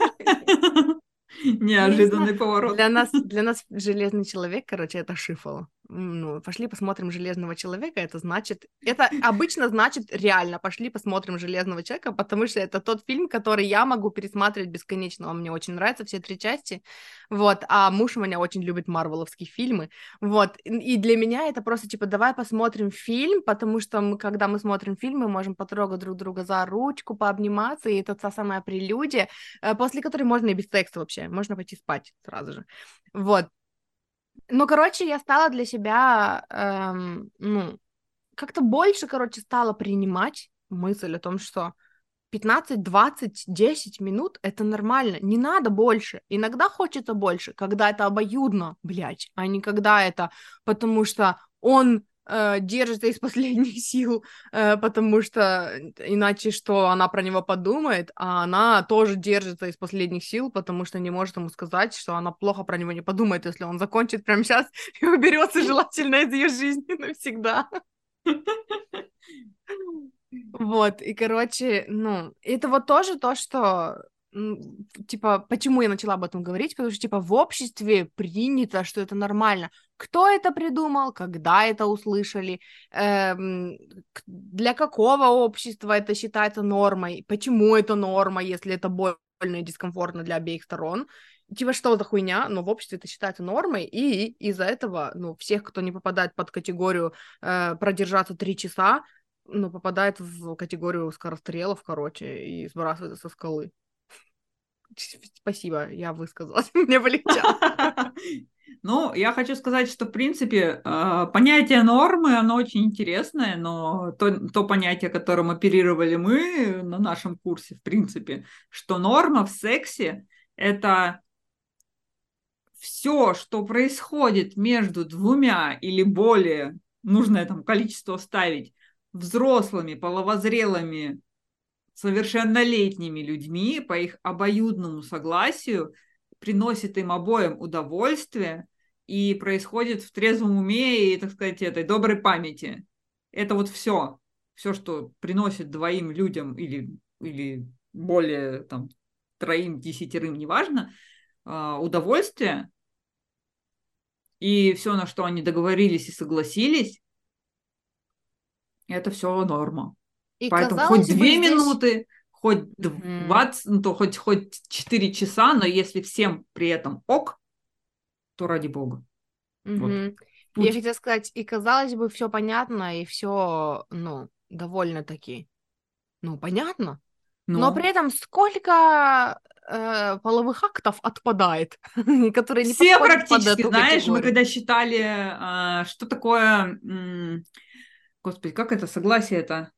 Я не знаю, Неожиданный поворот. для нас, для нас «Железный человек», короче, это шифр. М, Ну, пошли посмотрим «Железного человека», это значит, это обычно значит реально, пошли посмотрим «Железного человека», потому что это тот фильм, который я могу пересматривать бесконечно, он мне очень нравится, все три части, вот, а муж у меня очень любит марвеловские фильмы, вот, и и для меня это просто, типа, давай посмотрим фильм, потому что мы, когда мы смотрим фильм, мы можем потрогать друг друга за ручку, пообниматься, и это та самая прелюдия, э, после которой можно и без секса вообще, можно пойти спать сразу же. Вот. Ну, короче, я стала для себя, эм, ну, как-то больше, короче, стала принимать мысль о том, что пятнадцать, двадцать, десять минут — это нормально, не надо больше. Иногда хочется больше, когда это обоюдно, блядь, а не когда это потому что он э, держится из последних сил, э, потому что иначе что она про него подумает, а она тоже держится из последних сил, потому что не может ему сказать, что она плохо про него не подумает, если он закончит прямо сейчас и уберется желательно из ее жизни навсегда. Вот, и, короче, ну, это вот тоже то, что, м, типа, почему я начала об этом говорить, потому что, типа, в обществе принято, что это нормально. Кто это придумал, когда это услышали, эм, к- для какого общества это считается нормой, почему это норма, если это больно и дискомфортно для обеих сторон. Типа, что за хуйня, но в обществе это считается нормой, и из-за этого, ну, всех, кто не попадает под категорию э, продержаться три часа, ну, попадает в категорию скорострелов, короче, и сбрасывается со скалы. Спасибо, я высказалась, мне полегчало. Ну, я хочу сказать, что, в принципе, э, понятие нормы, оно очень интересное, но то, то понятие, которым оперировали мы на нашем курсе, в принципе, что норма в сексе — это все, что происходит между двумя или более, нужное там количество ставить, взрослыми, половозрелыми, совершеннолетними людьми по их обоюдному согласию, приносит им обоим удовольствие и происходит в трезвом уме и, так сказать, этой доброй памяти. Это вот все, все, что приносит двоим людям или, или более там троим, десятерым, неважно, а, удовольствие, и все, на что они договорились и согласились, это все норма. И Поэтому хоть казалось бы, две здесь минуты, хоть Мгм. двадцать, ну, то хоть, хоть четыре часа, но если всем при этом ок, то ради бога. Вот. Мгм. Я Путь. хотела сказать, и казалось бы, все понятно, и все, ну, довольно-таки, ну, понятно. Но при Но этом сколько э, половых актов отпадает, которые не все подходят под практически, эту знаешь, мы категорию. когда считали, а, что такое, м, господи, как это согласие это?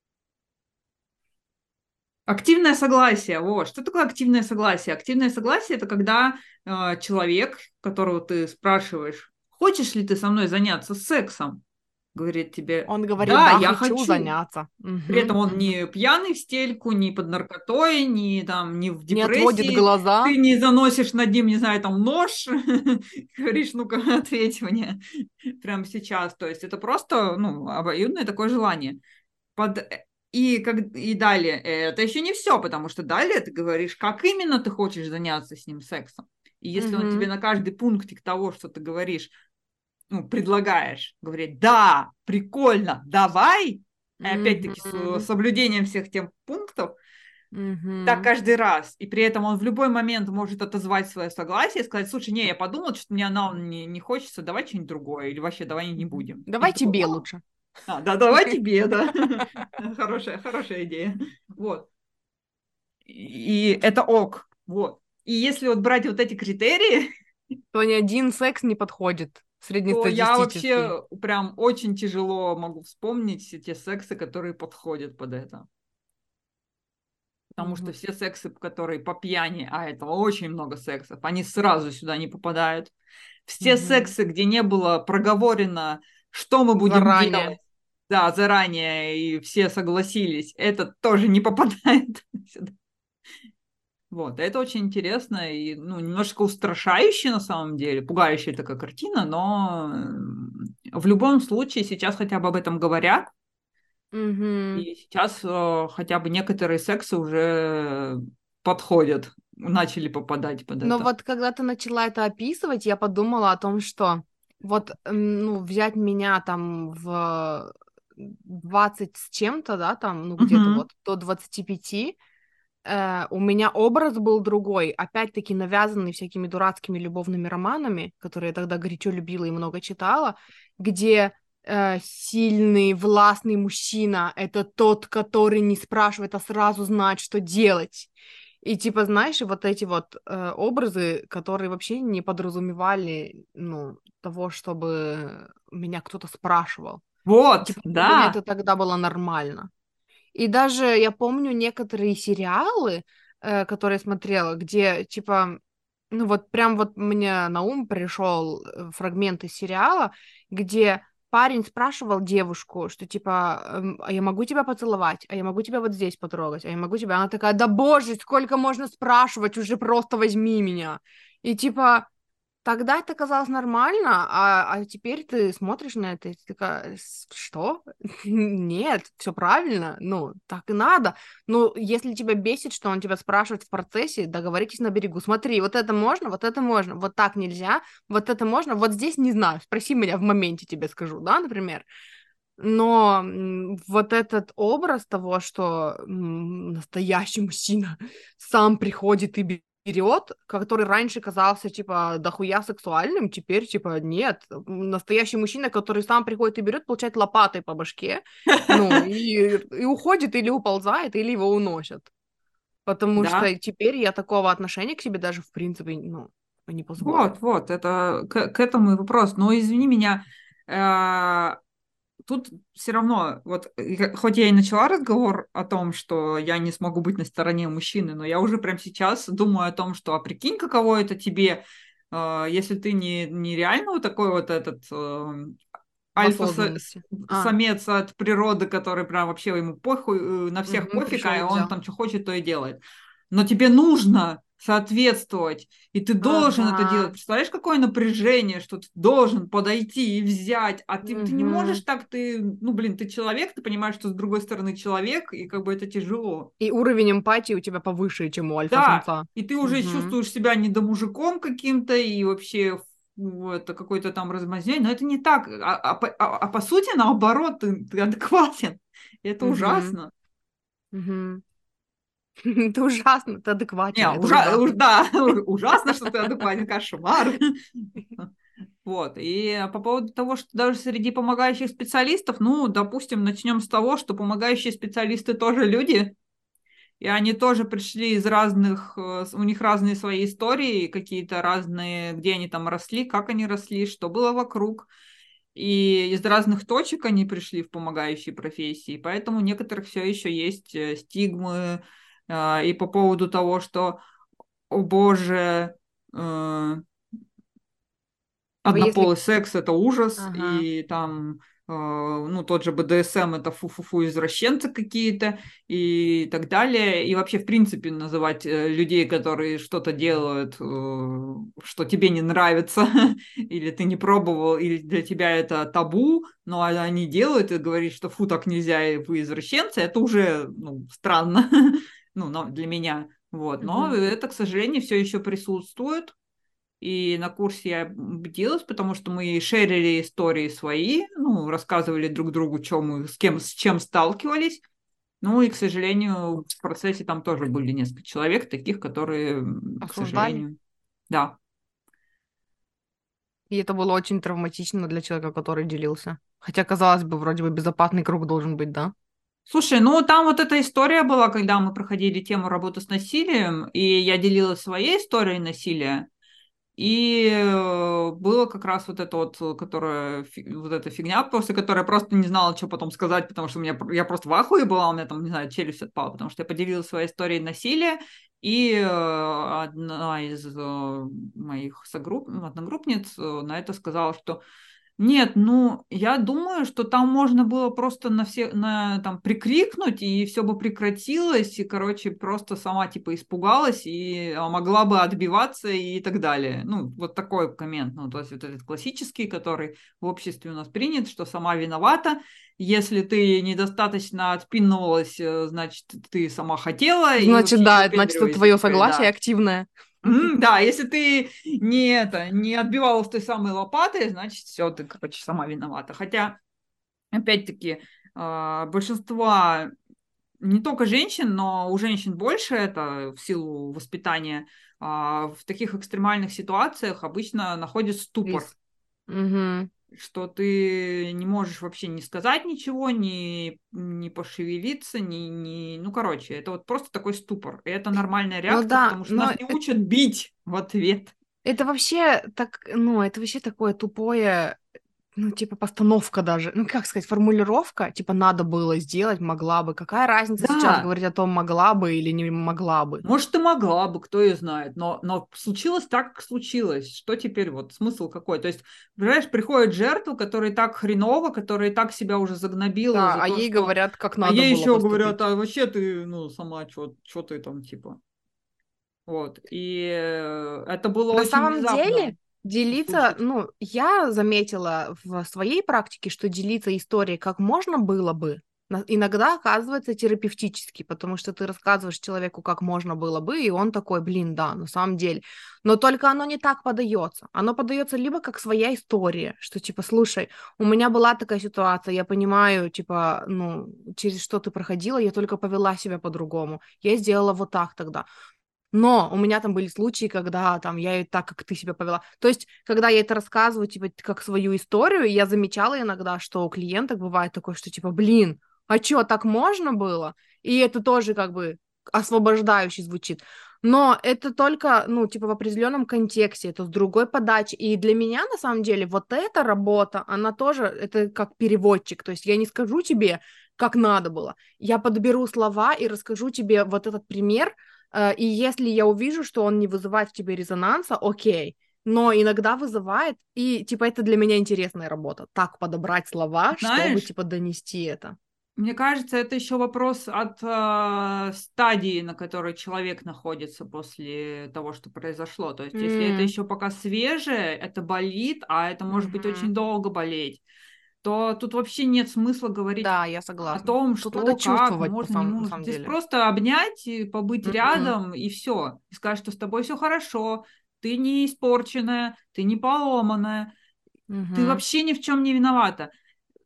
Активное согласие. Вот. Что такое активное согласие? Активное согласие это когда э, человек, которого ты спрашиваешь, хочешь ли ты со мной заняться сексом, говорит тебе, Он говорит, да, да, я хочу хочу. заняться. При Мгм, этом он мгм. не пьяный в стельку, не под наркотой, не там, не в Не отводит депрессии. глаза. Ты не заносишь над ним, не знаю, там нож, говоришь, ну-ка, ответь мне прямо сейчас. То есть это просто, ну, обоюдное такое желание. Под... э, И, как... и далее, это еще не все, потому что далее ты говоришь, как именно ты хочешь заняться с ним сексом. И если он тебе Мгм, на каждый пунктик того, что ты говоришь, ну, предлагаешь, говорит, да, прикольно, давай, и опять-таки с мгм, соблюдением всех тех пунктов, так мгм, каждый раз. И при этом он в любой момент может отозвать свое согласие и сказать, слушай, не, я подумал, что мне она не, не хочется, давай что-нибудь другое, или вообще давай не мгм. будем. И Давай ты такой, тебе а, лучше. а, да, давай тебе, да. Хорошая, хорошая идея. Вот. И это ок. Вот. И если вот брать вот эти критерии, То ни один секс не подходит то я среднестатистический. вообще прям очень тяжело могу вспомнить все те сексы, которые подходят под это. Потому что Мгм, все сексы, которые по пьяни, а это очень много сексов, они сразу сюда не попадают. Все мгм. сексы, где не было проговорено, что мы будем Заранее. делать, да, заранее, и все согласились, это тоже не попадает сюда. Вот, это очень интересно и, ну, немножко устрашающе на самом деле, пугающая такая картина, но э, в любом случае сейчас хотя бы об этом говорят, Мгм. и сейчас э, хотя бы некоторые сексы уже подходят, начали попадать под Но это. вот когда ты начала это описывать, я подумала о том, что вот, м, ну, взять меня там в двадцать с чем-то, да, там, ну, где-то Мгм. вот до двадцати пяти, э, у меня образ был другой, опять-таки навязанный всякими дурацкими любовными романами, которые я тогда горячо любила и много читала, где э, сильный, властный мужчина — это тот, который не спрашивает, а сразу знает, что делать. И типа, знаешь, вот эти вот э, образы, которые вообще не подразумевали, ну, того, чтобы меня кто-то спрашивал. И, Вот, типа, для меня да. это тогда было нормально. И даже я помню некоторые сериалы, э, которые смотрела, где, типа, ну вот прям вот мне на ум пришел э, фрагмент из сериала, где парень спрашивал девушку, что типа, эм, а я могу тебя поцеловать, а я могу тебя вот здесь потрогать, а я могу тебя... Она такая, да боже, сколько можно спрашивать, уже просто возьми меня. И типа, тогда это казалось нормально, а, а теперь ты смотришь на это и ты такая, «С- что? Нет, все правильно, ну, так и надо. Ну, если тебя бесит, что он тебя спрашивает в процессе, договоритесь на берегу. Смотри, вот это можно, вот это можно, вот так нельзя, вот это можно, вот здесь не знаю, спроси меня в моменте, тебе скажу, да, например. Но м, вот этот образ того, что м, настоящий мужчина сам приходит и берет, который раньше казался, типа, дохуя сексуальным, теперь, типа, нет. М, Настоящий мужчина, который сам приходит и берет, получает лопатой по башке, ну, и, и уходит или уползает, или его уносят. Потому Да, что теперь я такого отношения к себе даже, в принципе, ну, не позволю. вот, вот, это к, к этому и вопрос. Но извини меня, э, тут все равно, вот, и х- хоть я и начала разговор о том, что я не смогу быть на стороне мужчины, но я уже прямо сейчас думаю о том, что, а прикинь, каково это тебе, э, если ты не, не реально вот такой вот этот э, В осознанности. А, альфа-самец от природы, который прям вообще ему похуй, э, на всех угу, пофиг, пришел и а он взял. там что хочет, то и делает. Но тебе нужно соответствовать, и ты должен это делать. Ага. Представляешь, какое напряжение, что ты должен подойти и взять, а ты, ты не можешь Угу. так, ты, ну, блин, ты человек, ты понимаешь, что с другой стороны человек, и как бы это тяжело. И уровень эмпатии у тебя повыше, чем у Да, альфа-самца. и ты уже Угу. чувствуешь себя недомужиком каким-то, и вообще ну, это какой-то там размазнёй, но это не так. А, а по а- а по сути, наоборот, ты, ты адекватен. И это Угу. ужасно. Угу. Это ужасно, ты адекватен, Не, это ужа... уж- ужасно. да, ужасно, что ты адекватен, кошмар. Вот, и по поводу того, что даже среди помогающих специалистов, ну, допустим, начнем с того, что помогающие специалисты тоже люди, и они тоже пришли из разных, э, у них разные свои истории, какие-то разные, где они там росли, как они росли, что было вокруг. И из разных точек они пришли в помогающие профессии, поэтому у некоторых все еще есть э, стигмы, э, и по поводу того, что, о боже, э, Типа, если... однополый секс это ужас, Ага. и там, э, ну, тот же бэ дэ эс эм это фу-фу-фу, извращенцы какие-то, и так далее. И вообще, в принципе, называть э, людей, которые что-то делают, э, что тебе не нравится, или ты не пробовал, или для тебя это табу, но они делают и говорят, что фу, так нельзя, и вы извращенцы, это уже, ну, странно, ну, но для меня. Вот. Но Мгм. это, к сожалению, все еще присутствует. И на курсе я бдилась, потому что мы шерили истории свои, ну, рассказывали друг другу, чем мы, с кем, с чем сталкивались. Ну и, к сожалению, в процессе там тоже были несколько человек, таких, которые, м, к Осуждали. сожалению, да. И это было очень травматично для человека, который делился. Хотя, казалось бы, вроде бы безопасный круг должен быть, да? Слушай, ну там вот эта история была, когда мы проходили тему работы с насилием, и я делилась своей историей насилия. И э, было как раз вот это вот, э, которая, фи- вот эта фигня, после которой я просто не знала, что потом сказать, потому что у меня, пр- я просто в ахуе была, у меня там, не знаю, челюсть отпала, потому что я поделилась своей историей насилия, и э, одна из э, моих согрупп, ну, одногруппниц э, на это сказала, что нет, ну, я думаю, что там можно было просто на все, на, там, прикрикнуть, и все бы прекратилось, и, короче, просто сама, типа, испугалась, и а, могла бы отбиваться и так далее. Ну, вот такой коммент, ну, то есть вот этот классический, который в обществе у нас принят, что сама виновата, если ты недостаточно отпинывалась, э, значит, ты сама хотела, и Значит, вообще не да, это значит, это выпендривайся твое теперь, согласие да. активное. М, да, если ты не это, не отбивалась той самой лопатой, значит, все, ты, короче, сама виновата. Хотя, опять-таки, а, большинство, не только женщин, но у женщин больше это в силу воспитания, а, в таких экстремальных ситуациях обычно находит ступор, Рис. Мгм. что ты не можешь вообще не сказать ничего, не, не пошевелиться, не, не... Ну, короче, это вот просто такой ступор. И это нормальная Ну реакция, да, потому что но нас не учат бить в ответ. это вообще так, ну, это вообще такое тупое, ну, типа, постановка даже. Ну, как сказать, формулировка, типа, надо было сделать, могла бы. Какая разница сейчас Да, говорить о том, могла бы или не могла бы? может, и могла бы, кто ее знает, но, но случилось так, как случилось. Что теперь, вот смысл какой? То есть, понимаешь, приходит жертва, которая так хреново, которая так себя уже загнобила Да, за а то, ей что... говорят, как А надо ей было еще говорят, поступить. а вообще ты, ну, сама, что ты там, типа... Вот, и э, это было На очень самом деле, внезапно делиться, услышать. ну, я заметила в своей практике, что делиться историей как можно было бы, на- иногда оказывается терапевтически, потому что ты рассказываешь человеку, как можно было бы, и он такой, блин, да, на самом деле. Но только оно не так подается. Оно подается либо как своя история, что типа, слушай, у меня была такая ситуация, я понимаю, типа, ну, через что ты проходила, я только повела себя по-другому. Я сделала вот так тогда. Но у меня там были случаи, когда там я и так, как ты себя повела. То есть, когда я это рассказываю, типа, как свою историю, я замечала иногда, что у клиенток бывает такое, что типа, блин, а чё, так можно было? И это тоже как бы освобождающе звучит. Но это только, ну, типа, в определенном контексте, это с другой подачи. И для меня, на самом деле, вот эта работа, она тоже, это как переводчик. То есть я не скажу тебе, как надо было. Я подберу слова и расскажу тебе вот этот пример, Э, и если я увижу, что он не вызывает в тебе резонанса, окей. Но иногда вызывает, и, типа, это для меня интересная работа. Так подобрать слова, чтобы, Знаешь, типа, донести это. мне кажется, это еще вопрос от э, стадии, на которой человек находится после того, что произошло. То есть, если это М, еще пока свежее, это болит, а это может быть мгм. очень долго болеть, то тут вообще нет смысла говорить Да, я о согласна. том, Тут надо что, как, чувствовать, по можно, не сам- на можно. самом Здесь деле. просто обнять, и побыть Мгм, рядом, и все. И сказать, что с тобой все хорошо, ты не испорченная, ты не поломанная, ты мгм. вообще ни в чем не виновата.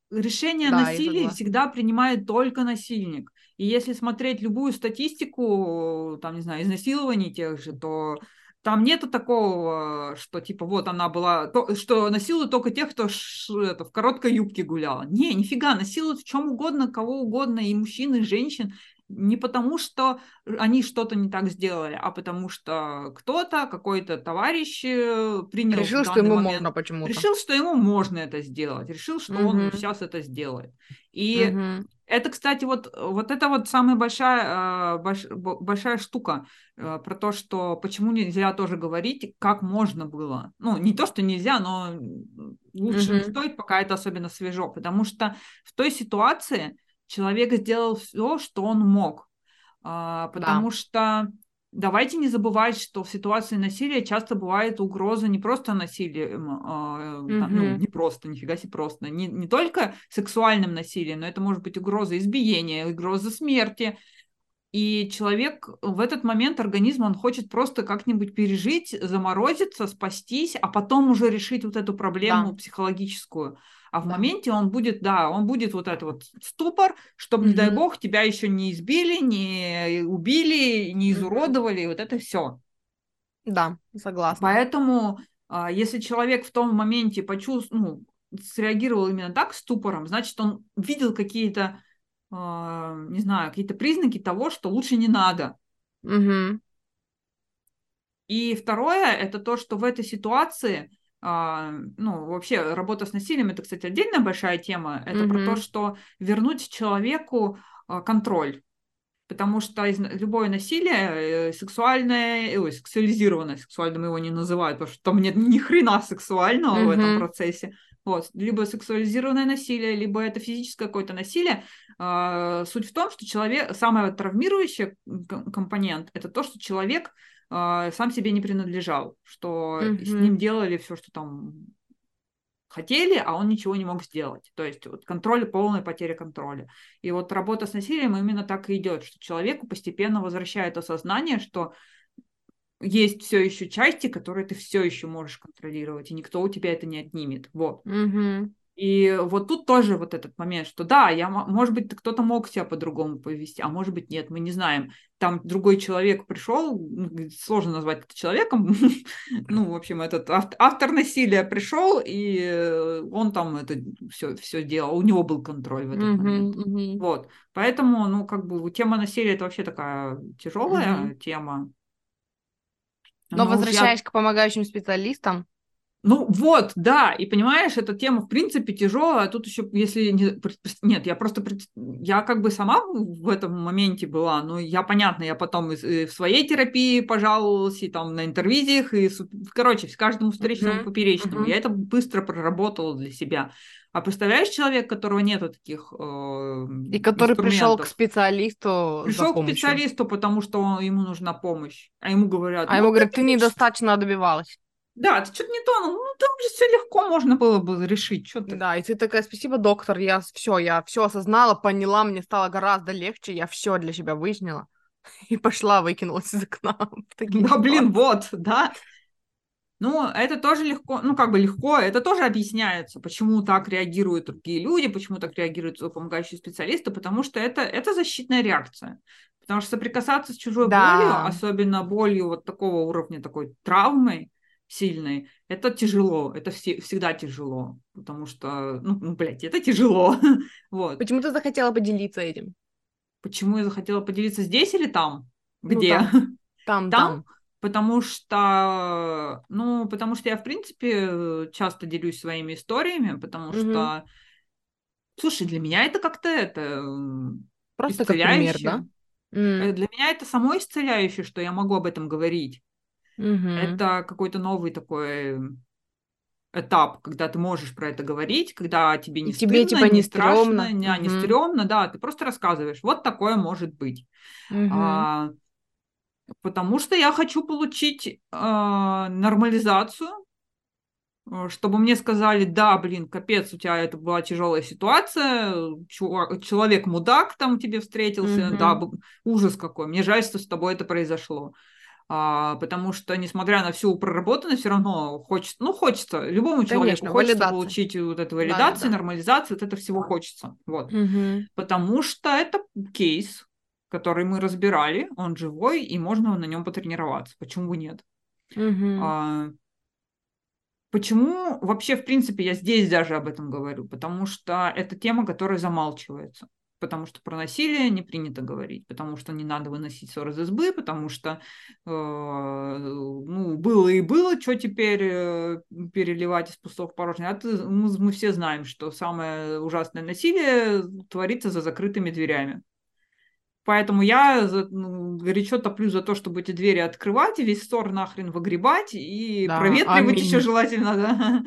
решение о Да, я насилии согласна. всегда принимает только насильник. И если смотреть любую статистику, там, не знаю, изнасилований тех же, то там нету такого, что типа вот она была, то, что насилуют только тех, кто ш, это, в короткой юбке гуляла. Не, нифига, насилуют в чем угодно, кого угодно, и мужчин, и женщин. Не потому, что они что-то не так сделали, а потому что кто-то, какой-то товарищ э, принял в Решил, что данный ему момент, можно почему-то. решил, что ему можно это сделать, решил, что он Угу, сейчас это сделает. И угу, это, кстати, вот, вот это вот самая большая, э, больш, б- большая штука э, про то, что почему нельзя тоже говорить, как можно было. Ну, не то, что нельзя, но лучше не угу. стоит, пока это особенно свежо, потому что в той ситуации человек сделал все, что он мог. А, Да, потому что давайте не забывать, что в ситуации насилия часто бывает угроза не просто насилием, а, там, ну, угу. не просто, нифига себе просто, не, не только сексуальным насилием, но это может быть угроза избиения, угроза смерти. И человек в этот момент, организм, он хочет просто как-нибудь пережить, заморозиться, спастись, а потом уже решить вот эту Да, проблему психологическую. А в да. моменте он будет, да, он будет вот это вот ступор, чтобы, не дай Угу, бог, тебя еще не избили, не убили, не угу. изуродовали, и вот это все. Да, согласна. Поэтому, а, если человек в том моменте почувствовал, ну, среагировал именно так, ступором, значит, он видел какие-то, а, не знаю, какие-то признаки того, что лучше не надо. Угу, И второе, это то, что в этой ситуации, а, ну, вообще работа с насилием, это, кстати, отдельная большая тема, это про то, угу, что вернуть человеку а, контроль. Потому что из- любое насилие э, сексуальное, э, ой, сексуализированное, сексуальным его не называют, потому что там нет ни хрена сексуального в этом угу, процессе. Вот. Либо сексуализированное насилие, либо это физическое какое-то насилие. А, суть в том, что человек, самый травмирующий ком- компонент, это то, что человек а, сам себе не принадлежал, что с угу, ним делали все, что там хотели, а он ничего не мог сделать. То есть вот контроль, полная потеря контроля. И вот работа с насилием именно так и идет, что человеку постепенно возвращает осознание, что есть все еще части, которые ты все еще можешь контролировать, и никто у тебя это не отнимет. Вот. угу. И вот тут тоже вот этот момент, что да, я, мо- может быть, кто-то мог себя по-другому повести, а может быть, нет, мы не знаем. Там другой человек пришел, ну, говорит, сложно назвать это человеком, ну, в общем, этот ав- автор насилия пришел, и э, он там это все, все делал, у него был контроль в этот Угу, момент. угу, Вот, поэтому, ну, как бы тема насилия это вообще такая угу. тяжелая тема. Но Но уж я возвращаясь к помогающим специалистам, Ну вот, да, и понимаешь, эта тема в принципе тяжелая, а тут еще, если не, пред- нет, я просто, пред- я как бы сама в этом моменте была, но я, понятно, я потом из- и в своей терапии пожаловалась, и там на интервизиях, и, с- короче, с каждому встречному угу, поперечному, я угу. это быстро проработала для себя. А представляешь, человек, у которого нету таких э, И который пришел к инструментов, специалисту за пришел к помощью. специалисту, потому что он- ему нужна помощь, а ему говорят, А ну, ему ты говорят, ты недостаточно добивалась. да, ты что-то не то, ну ну, там же все легко можно было бы решить, что ты. Да, и ты такая, спасибо, доктор, я все, я все осознала, поняла, мне стало гораздо легче, я все для себя выяснила. И пошла, выкинулась из окна в таких Да, блин, ситуациях. вот, да. Ну, это тоже легко, ну, как бы легко, это тоже объясняется, почему так реагируют другие люди, почему так реагируют помогающие специалисты, потому что это, это защитная реакция. Потому что соприкасаться с чужой болью, Да, особенно болью вот такого уровня, такой травмой сильной, это тяжело, это все, всегда тяжело, потому что, ну, ну, блядь, это тяжело. Вот. почему ты захотела поделиться этим? Почему я захотела поделиться здесь или там? Ну, Где? там, там, Там, там. потому что, ну, потому что я, в принципе, часто делюсь своими историями, потому Мгм. что, слушай, для меня это как-то это м, Просто как пример, да? исцеляюще. Э, М, Для меня это само исцеляюще, что я могу об этом говорить. мгм. Это какой-то новый такой этап, когда ты можешь про это говорить, когда тебе И не тебе, стыдно, типа, не не страшно, стрёмно. не, а, не Мгм. стрёмно, да, ты просто рассказываешь, вот такое может быть. Мгм. А, Потому что я хочу получить э, нормализацию, э, чтобы мне сказали, да, блин, капец, у тебя это была тяжелая ситуация, чувак- человек-мудак там тебе встретился, да, Мгм. б- ужас какой, мне жаль, что с тобой это произошло. А, потому что, несмотря на всю проработанность, все равно хочется, ну, хочется, любому человеку Конечно, хочется валидация. получить вот эту Да, да, валидацию, да. нормализацию, вот это всего хочется. Вот. Угу. Потому что это кейс, который мы разбирали, он живой, и можно на нем потренироваться. Почему бы нет? Угу. А, почему вообще, в принципе, я здесь даже об этом говорю? Потому что это тема, которая замалчивается. Потому что про насилие не принято говорить, потому что не надо выносить ссор из избы, потому что э, ну, было и было, что теперь э, переливать из пустого в порожнее. А ты, мы, мы все знаем, что самое ужасное насилие творится за закрытыми дверями. Поэтому я за- ну, горячо топлю за то, чтобы эти двери открывать, и весь ссор нахрен выгребать и Да, проветривать еще аминь. желательно, да.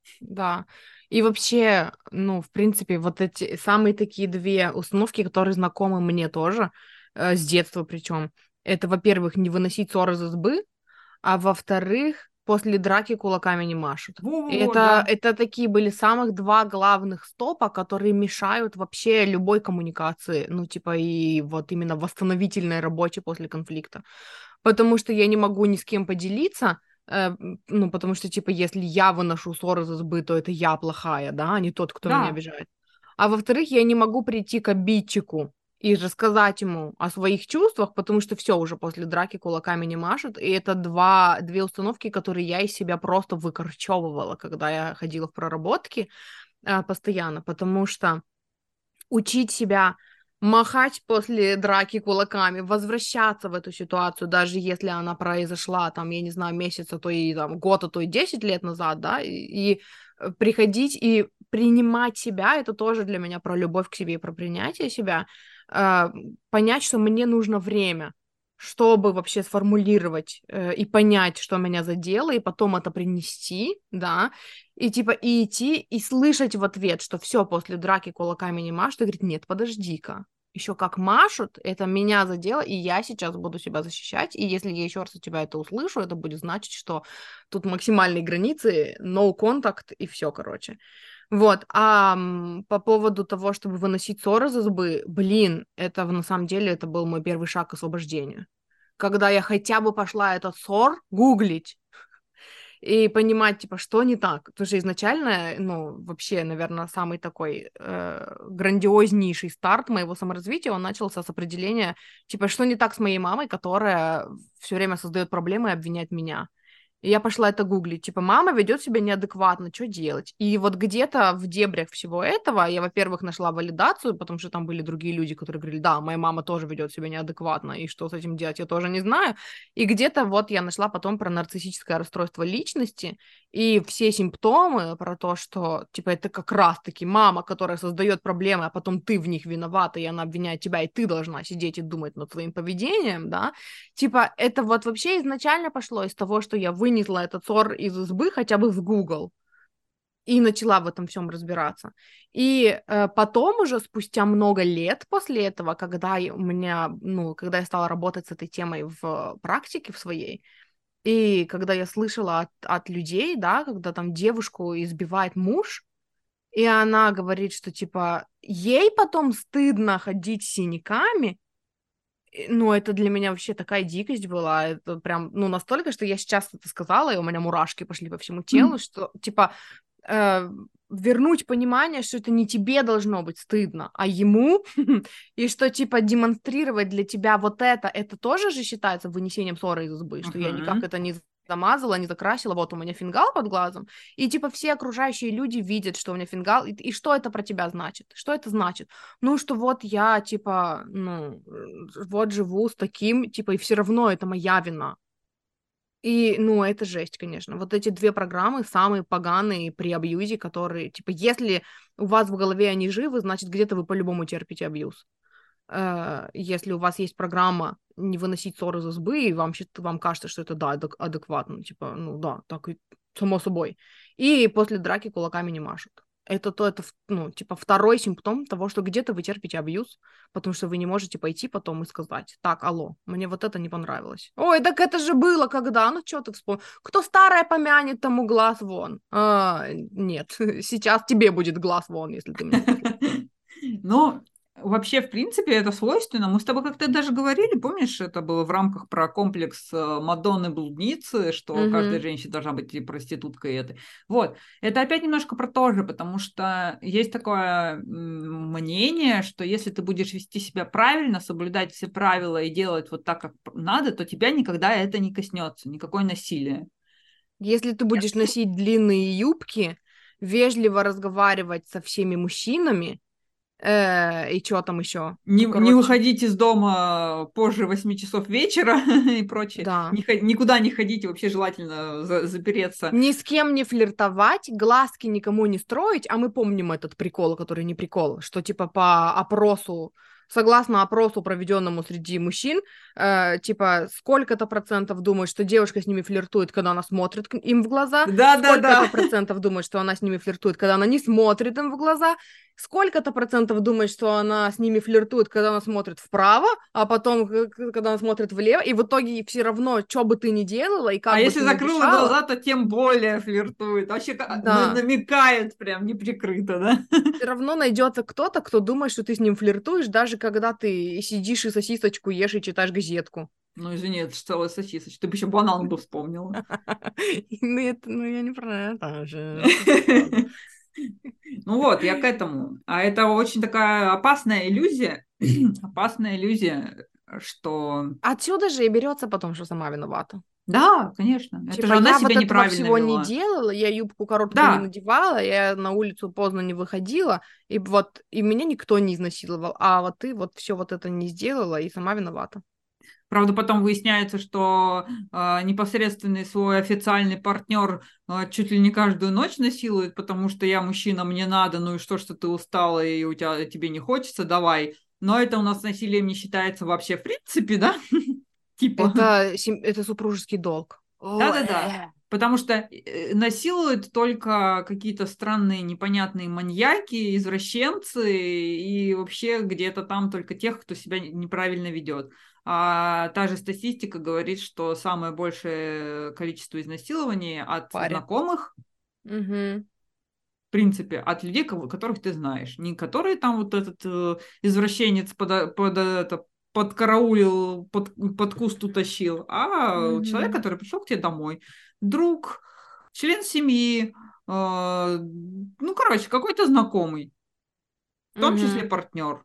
Да. И вообще, ну, в принципе, вот эти самые такие две установки, которые знакомы мне тоже, э, с детства причем, это, во-первых, не выносить ссор из избы, а во-вторых, после драки кулаками не машут. И Во-во-во, это, да. это такие были самых два главных стопа, которые мешают вообще любой коммуникации, ну, типа, и вот именно восстановительной работе после конфликта. Потому что я не могу ни с кем поделиться, э, ну, потому что, типа, если я выношу ссор из избы, то это я плохая, да, а не тот, кто меня Да, обижает. А во-вторых, я не могу прийти к обидчику и рассказать ему о своих чувствах, потому что все уже после драки кулаками не машут. И это два, две установки, которые я из себя просто выкорчевывала, когда я ходила в проработки э, постоянно, потому что учить себя махать после драки кулаками, возвращаться в эту ситуацию, даже если она произошла, там, я не знаю, месяца, то и там, год, а то и десять лет назад, да, и, и э, приходить и принимать себя, это тоже для меня про любовь к себе и про принятие себя, э, понять, что мне нужно время, чтобы вообще сформулировать э, и понять, что меня задело, и потом это принести, да, и типа и идти, и слышать в ответ, что все после драки кулаками не машут, и говорит, нет, подожди-ка, еще как машут, это меня задело, и я сейчас буду себя защищать, и если я еще раз от тебя это услышу, это будет значить, что тут максимальные границы, no contact, и все, короче. Вот, а м, по поводу того, чтобы выносить ссоры из избы, блин, это в- на самом деле, это был мой первый шаг к освобождению. Когда я хотя бы пошла этот ссор гуглить, и понимать, типа, что не так. Потому что изначально, ну, вообще, наверное, самый такой э, грандиознейший старт моего саморазвития, он начался с определения, типа, что не так с моей мамой, которая все время создает проблемы и обвиняет меня. И я пошла это гуглить. Типа, мама ведет себя неадекватно, что делать? И вот где-то в дебрях всего этого я, во-первых, нашла валидацию, потому что там были другие люди, которые говорили, да, моя мама тоже ведет себя неадекватно, и что с этим делать, я тоже не знаю. И где-то вот я нашла потом про нарциссическое расстройство личности и все симптомы, про то, что, типа, это как раз-таки мама, которая создает проблемы, а потом ты в них виновата, и она обвиняет тебя, и ты должна сидеть и думать над своим поведением, да, типа, это вот вообще изначально пошло из того, что я вынесла этот ссор из избы хотя бы в Google и начала в этом всем разбираться. И э, потом уже, спустя много лет после этого, когда я- у меня, ну, когда я стала работать с этой темой в практике в своей, и когда я слышала от, от людей, да, когда там девушку избивает муж, и она говорит, что, типа, ей потом стыдно ходить с синяками, и, ну, это для меня вообще такая дикость была. Это прям, ну, настолько, что я сейчас это сказала, и у меня мурашки пошли по всему телу, что, типа, э, вернуть понимание, что это не тебе должно быть стыдно, а ему, и что, типа, демонстрировать для тебя вот это, это тоже же считается вынесением ссоры из избы, что я никак Мгм. это не замазала, не закрасила, вот у меня фингал под глазом, и, типа, все окружающие люди видят, что у меня фингал, и, и что это про тебя значит? Что это значит? Ну, что вот я, типа, ну, э, вот живу с таким, типа, и все равно это моя вина. И, ну, это жесть, конечно. Вот эти две программы самые поганые при абьюзе, которые, типа, если у вас в голове они живы, значит, где-то вы по-любому терпите абьюз. Э, Если у вас есть программа не выносить ссоры из избы, и вам, щит- вам кажется, что это, да, адек- адекватно, типа, ну, да, так и само собой. И после драки кулаками не машут. Это то, это, в- ну, типа, второй симптом того, что где-то вы терпите абьюз, потому что вы не можете пойти потом и сказать, так, алло, мне вот это не понравилось. Ой, так это же было когда? Ну, что ты вспомнил? Кто старое помянет, тому глаз вон. А, нет, сейчас тебе будет глаз вон, если ты мне это. Ну, вообще, в принципе, это свойственно. Мы с тобой как-то даже говорили, помнишь, это было в рамках про комплекс э, Мадонны-блудницы, что каждая Угу. женщина должна быть и проституткой этой. Вот. Это опять немножко про то же, потому что есть такое м, мнение, что если ты будешь вести себя правильно, соблюдать все правила и делать вот так, как надо, то тебя никогда это не коснется, никакое насилие. Если ты будешь носить длинные юбки, вежливо разговаривать со всеми мужчинами, э, и что там еще? Не, Ну, не короче, выходить из дома позже восьми часов вечера и прочее. да. Не, хо- никуда не ходить, и вообще желательно за- запереться. Ни с кем не флиртовать, глазки никому не строить, а мы помним этот прикол, который не прикол, что типа по опросу, согласно опросу, проведенному среди мужчин, э, типа сколько-то процентов думают, что девушка с ними флиртует, когда она смотрит к- им в глаза, сколько-то Да-да-да. процентов думают, что она с ними флиртует, когда она не смотрит им в глаза, сколько-то процентов думает, что она с ними флиртует, когда она смотрит вправо, а потом, к- к- когда она смотрит влево, и в итоге все равно, что бы ты ни делала, и А как бы если ты ни закрыла дышала, глаза, то тем более флиртует. Вообще ка- на- да, намекает прям неприкрыто, да? все равно найдется кто-то, кто думает, что ты с ним флиртуешь, даже когда ты сидишь и сосисочку ешь и читаешь газетку. Ну, извини, это же целая сосисочка. Ты бы еще банан бы вспомнила. Ну, это, ну, я не про это же. Ладно. Ну вот, я к этому. А это очень такая опасная иллюзия. Опасная иллюзия, что... Отсюда же и берется потом, что сама виновата. Да, конечно. Это Типа, же она я себя вот этого неправильно всего не вела. делала, я юбку короткую не Да, надевала, я на улицу поздно не выходила, и вот, и меня никто не изнасиловал, а вот ты вот все вот это не сделала и сама виновата. правда, потом выясняется, что э, непосредственный свой официальный партнер э, чуть ли не каждую ночь насилует, потому что я мужчина, мне надо, ну и что, что ты устала и у тебя тебе не хочется, давай. Но это у нас насилием не считается вообще в принципе, да? Типа. Это, сем- это супружеский долг. О, Да-да-да. э. Потому что э, насилуют только какие-то странные непонятные маньяки, извращенцы и вообще где-то там только тех, кто себя неправильно ведет. А та же статистика говорит, что самое большее количество изнасилований от Паре. знакомых, Угу. в принципе, от людей, кого- которых ты знаешь. Не которые там вот этот э, извращенец под, под, это, подкараулил, под, под куст утащил, а человек, Угу. который пришел к тебе домой. Друг, член семьи, э, ну, короче, какой-то знакомый, в том числе Угу. партнер.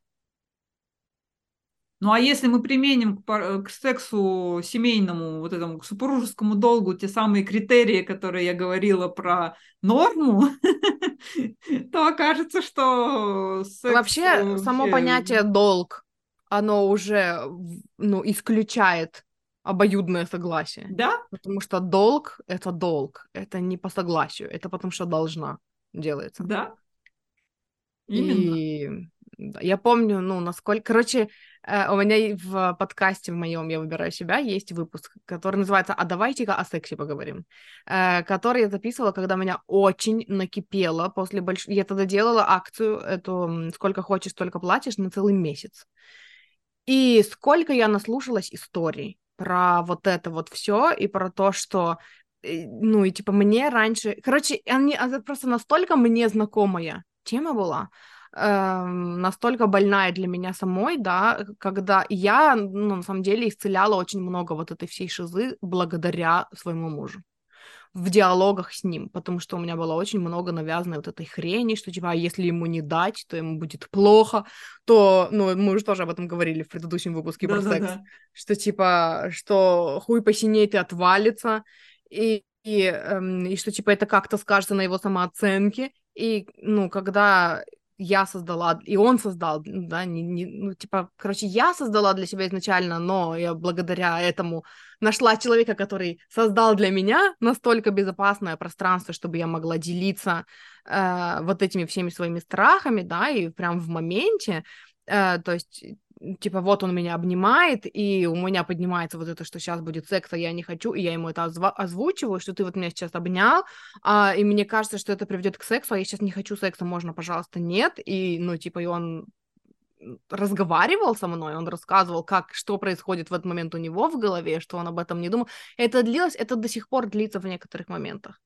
Ну, а если мы применим к, пар- к сексу семейному, вот этому, к супружескому долгу, те самые критерии, которые я говорила про норму, то окажется, что секс э, Вообще, само вообще... понятие долг, оно уже, в- ну, исключает обоюдное согласие. Да, Потому что долг — это долг, это не по согласию, это потому что должна делается. да, именно. И да, я помню, ну, насколько... Короче, э, у меня и в подкасте в моем «Я выбираю себя» есть выпуск, который называется «А давайте-ка о сексе поговорим», э, который я записывала, когда меня очень накипело после большой... Я тогда делала акцию эту м, «Сколько хочешь, столько платишь» на целый месяц. И сколько я наслушалась историй про вот это вот все и про то, что, э, ну, и типа мне раньше... Короче, они, это просто настолько мне знакомая тема была, эм, настолько больная для меня самой, да, когда я, ну, на самом деле, исцеляла очень много вот этой всей шизы благодаря своему мужу в диалогах с ним, потому что у меня было очень много навязанной вот этой хрени, что типа, а если ему не дать, то ему будет плохо, то, ну, мы уже тоже об этом говорили в предыдущем выпуске про секс, Да-да-да. что типа, что хуй посинеет и отвалится, и, и, эм, и что типа это как-то скажется на его самооценке, и, ну, когда я создала, и он создал, да, не, не, ну, типа, короче, я создала для себя изначально, но я благодаря этому нашла человека, который создал для меня настолько безопасное пространство, чтобы я могла делиться э, вот этими всеми своими страхами, да, и прям в моменте, э, то есть типа вот он меня обнимает, и у меня поднимается вот это, что сейчас будет секс, а я не хочу, и я ему это озва- озвучиваю, что ты вот меня сейчас обнял, а, и мне кажется, что это приведет к сексу, а я сейчас не хочу секса, можно, пожалуйста, нет, и, ну, типа, и он разговаривал со мной, он рассказывал, как, что происходит в этот момент у него в голове, что он об этом не думал. Это длилось, это до сих пор длится в некоторых моментах.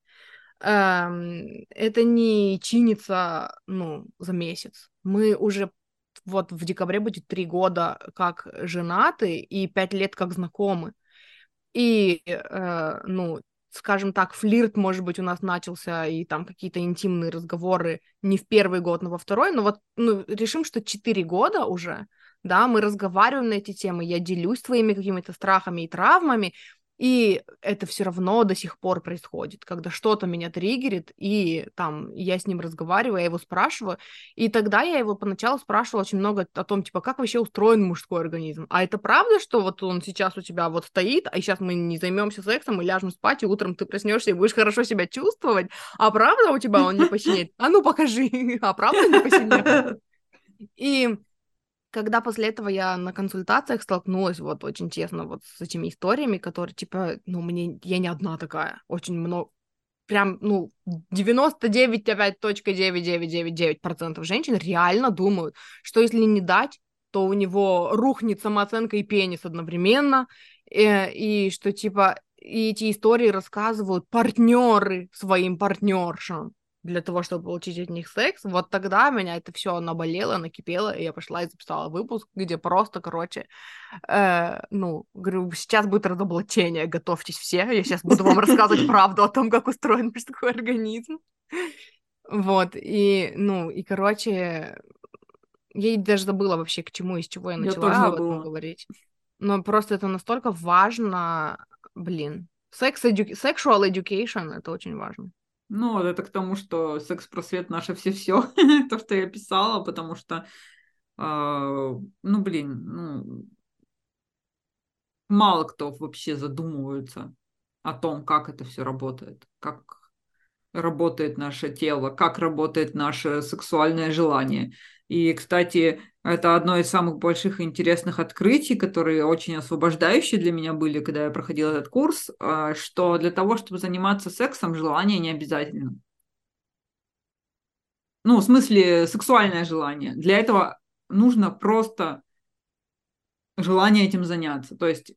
Эм, это не чинится, ну, за месяц. Мы уже вот в декабре будет три года как женаты и пять лет как знакомы. И, э, ну, скажем так, флирт, может быть, у нас начался, и там какие-то интимные разговоры не в первый год, но во второй, но вот, ну, решим, что четыре года уже, да, мы разговариваем на эти темы, я делюсь своими какими-то страхами и травмами, и это все равно до сих пор происходит, когда что-то меня триггерит, и там я с ним разговариваю, я его спрашиваю, и тогда я его поначалу спрашивала очень много о том, типа, как вообще устроен мужской организм. А это правда, что вот он сейчас у тебя вот стоит, а сейчас мы не займемся сексом и ляжем спать, и утром ты проснешься и будешь хорошо себя чувствовать? А правда у тебя он не посинеет? А ну покажи, а правда не посинел? И когда после этого я на консультациях столкнулась вот очень честно вот с этими историями, которые, типа, ну, мне, я не одна такая, очень много, прям, ну, девяносто девять целых девять девять девять девять девять процентов женщин реально думают, что если не дать, то у него рухнет самооценка и пенис одновременно, э, и что, типа, и эти истории рассказывают партнеры своим партнершам для того, чтобы получить от них секс. Вот тогда меня это все наболело, накипело, и я пошла и записала выпуск, где просто, короче, э, ну, говорю, сейчас будет разоблачение, готовьтесь все, я сейчас буду вам рассказывать правду о том, как устроен мужской организм. Вот, и, ну, и, короче, я даже забыла вообще, к чему и с чего я Я тоже начала об этом забыла. говорить. Но просто это настолько важно, блин. Sex edu- sexual education — это очень важно. Ну, вот это к тому, что секс-просвет наше все-все, то, что я писала, потому что, э, ну, блин, ну, мало кто вообще задумывается о том, как это все работает, как работает наше тело, как работает наше сексуальное желание. И, кстати, это одно из самых больших и интересных открытий, которые очень освобождающие для меня были, когда я проходила этот курс, а, что для того, чтобы заниматься сексом, желание не обязательно. Ну, в смысле, сексуальное желание. Для этого нужно просто желание этим заняться. То есть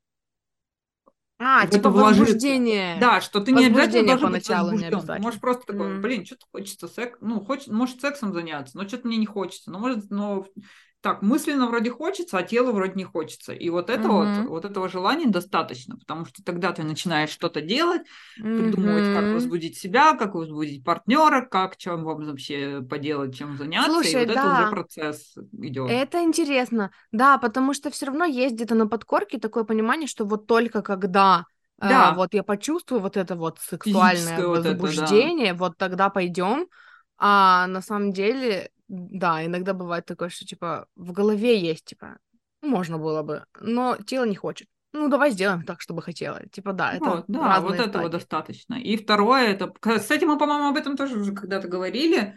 А, в это типа вложиться. возбуждение. Да, что ты не обязательно Возбуждение должен быть поначалу не возбужден. Ты можешь обязательно. просто такой, М. блин, что-то хочется секс, ну, хочет, может сексом заняться, но что-то мне не хочется. Ну, может, но так, мысленно вроде хочется, а телу вроде не хочется. И вот это вот, Мгм. вот этого желания достаточно, потому что тогда ты начинаешь что-то делать, придумывать, как Мгм. возбудить себя, как возбудить партнера, как чем вам вообще поделать, чем заняться, и Слушай, вот это уже да, процесс идет. это интересно. Да, потому что все равно есть где-то на подкорке такое понимание, что вот только когда э, Да, вот я почувствую вот это вот сексуальное физическое вот это, да. возбуждение, вот тогда пойдем. А на самом деле, да, иногда бывает такое, что типа в голове есть, типа, «Ну, можно было бы, но тело не хочет. Ну, давай сделаем так, чтобы хотело. Типа, да, это Вот, да, вот разные этого стадии. достаточно. И второе, это, кстати, мы, по-моему, об этом тоже уже когда-то говорили.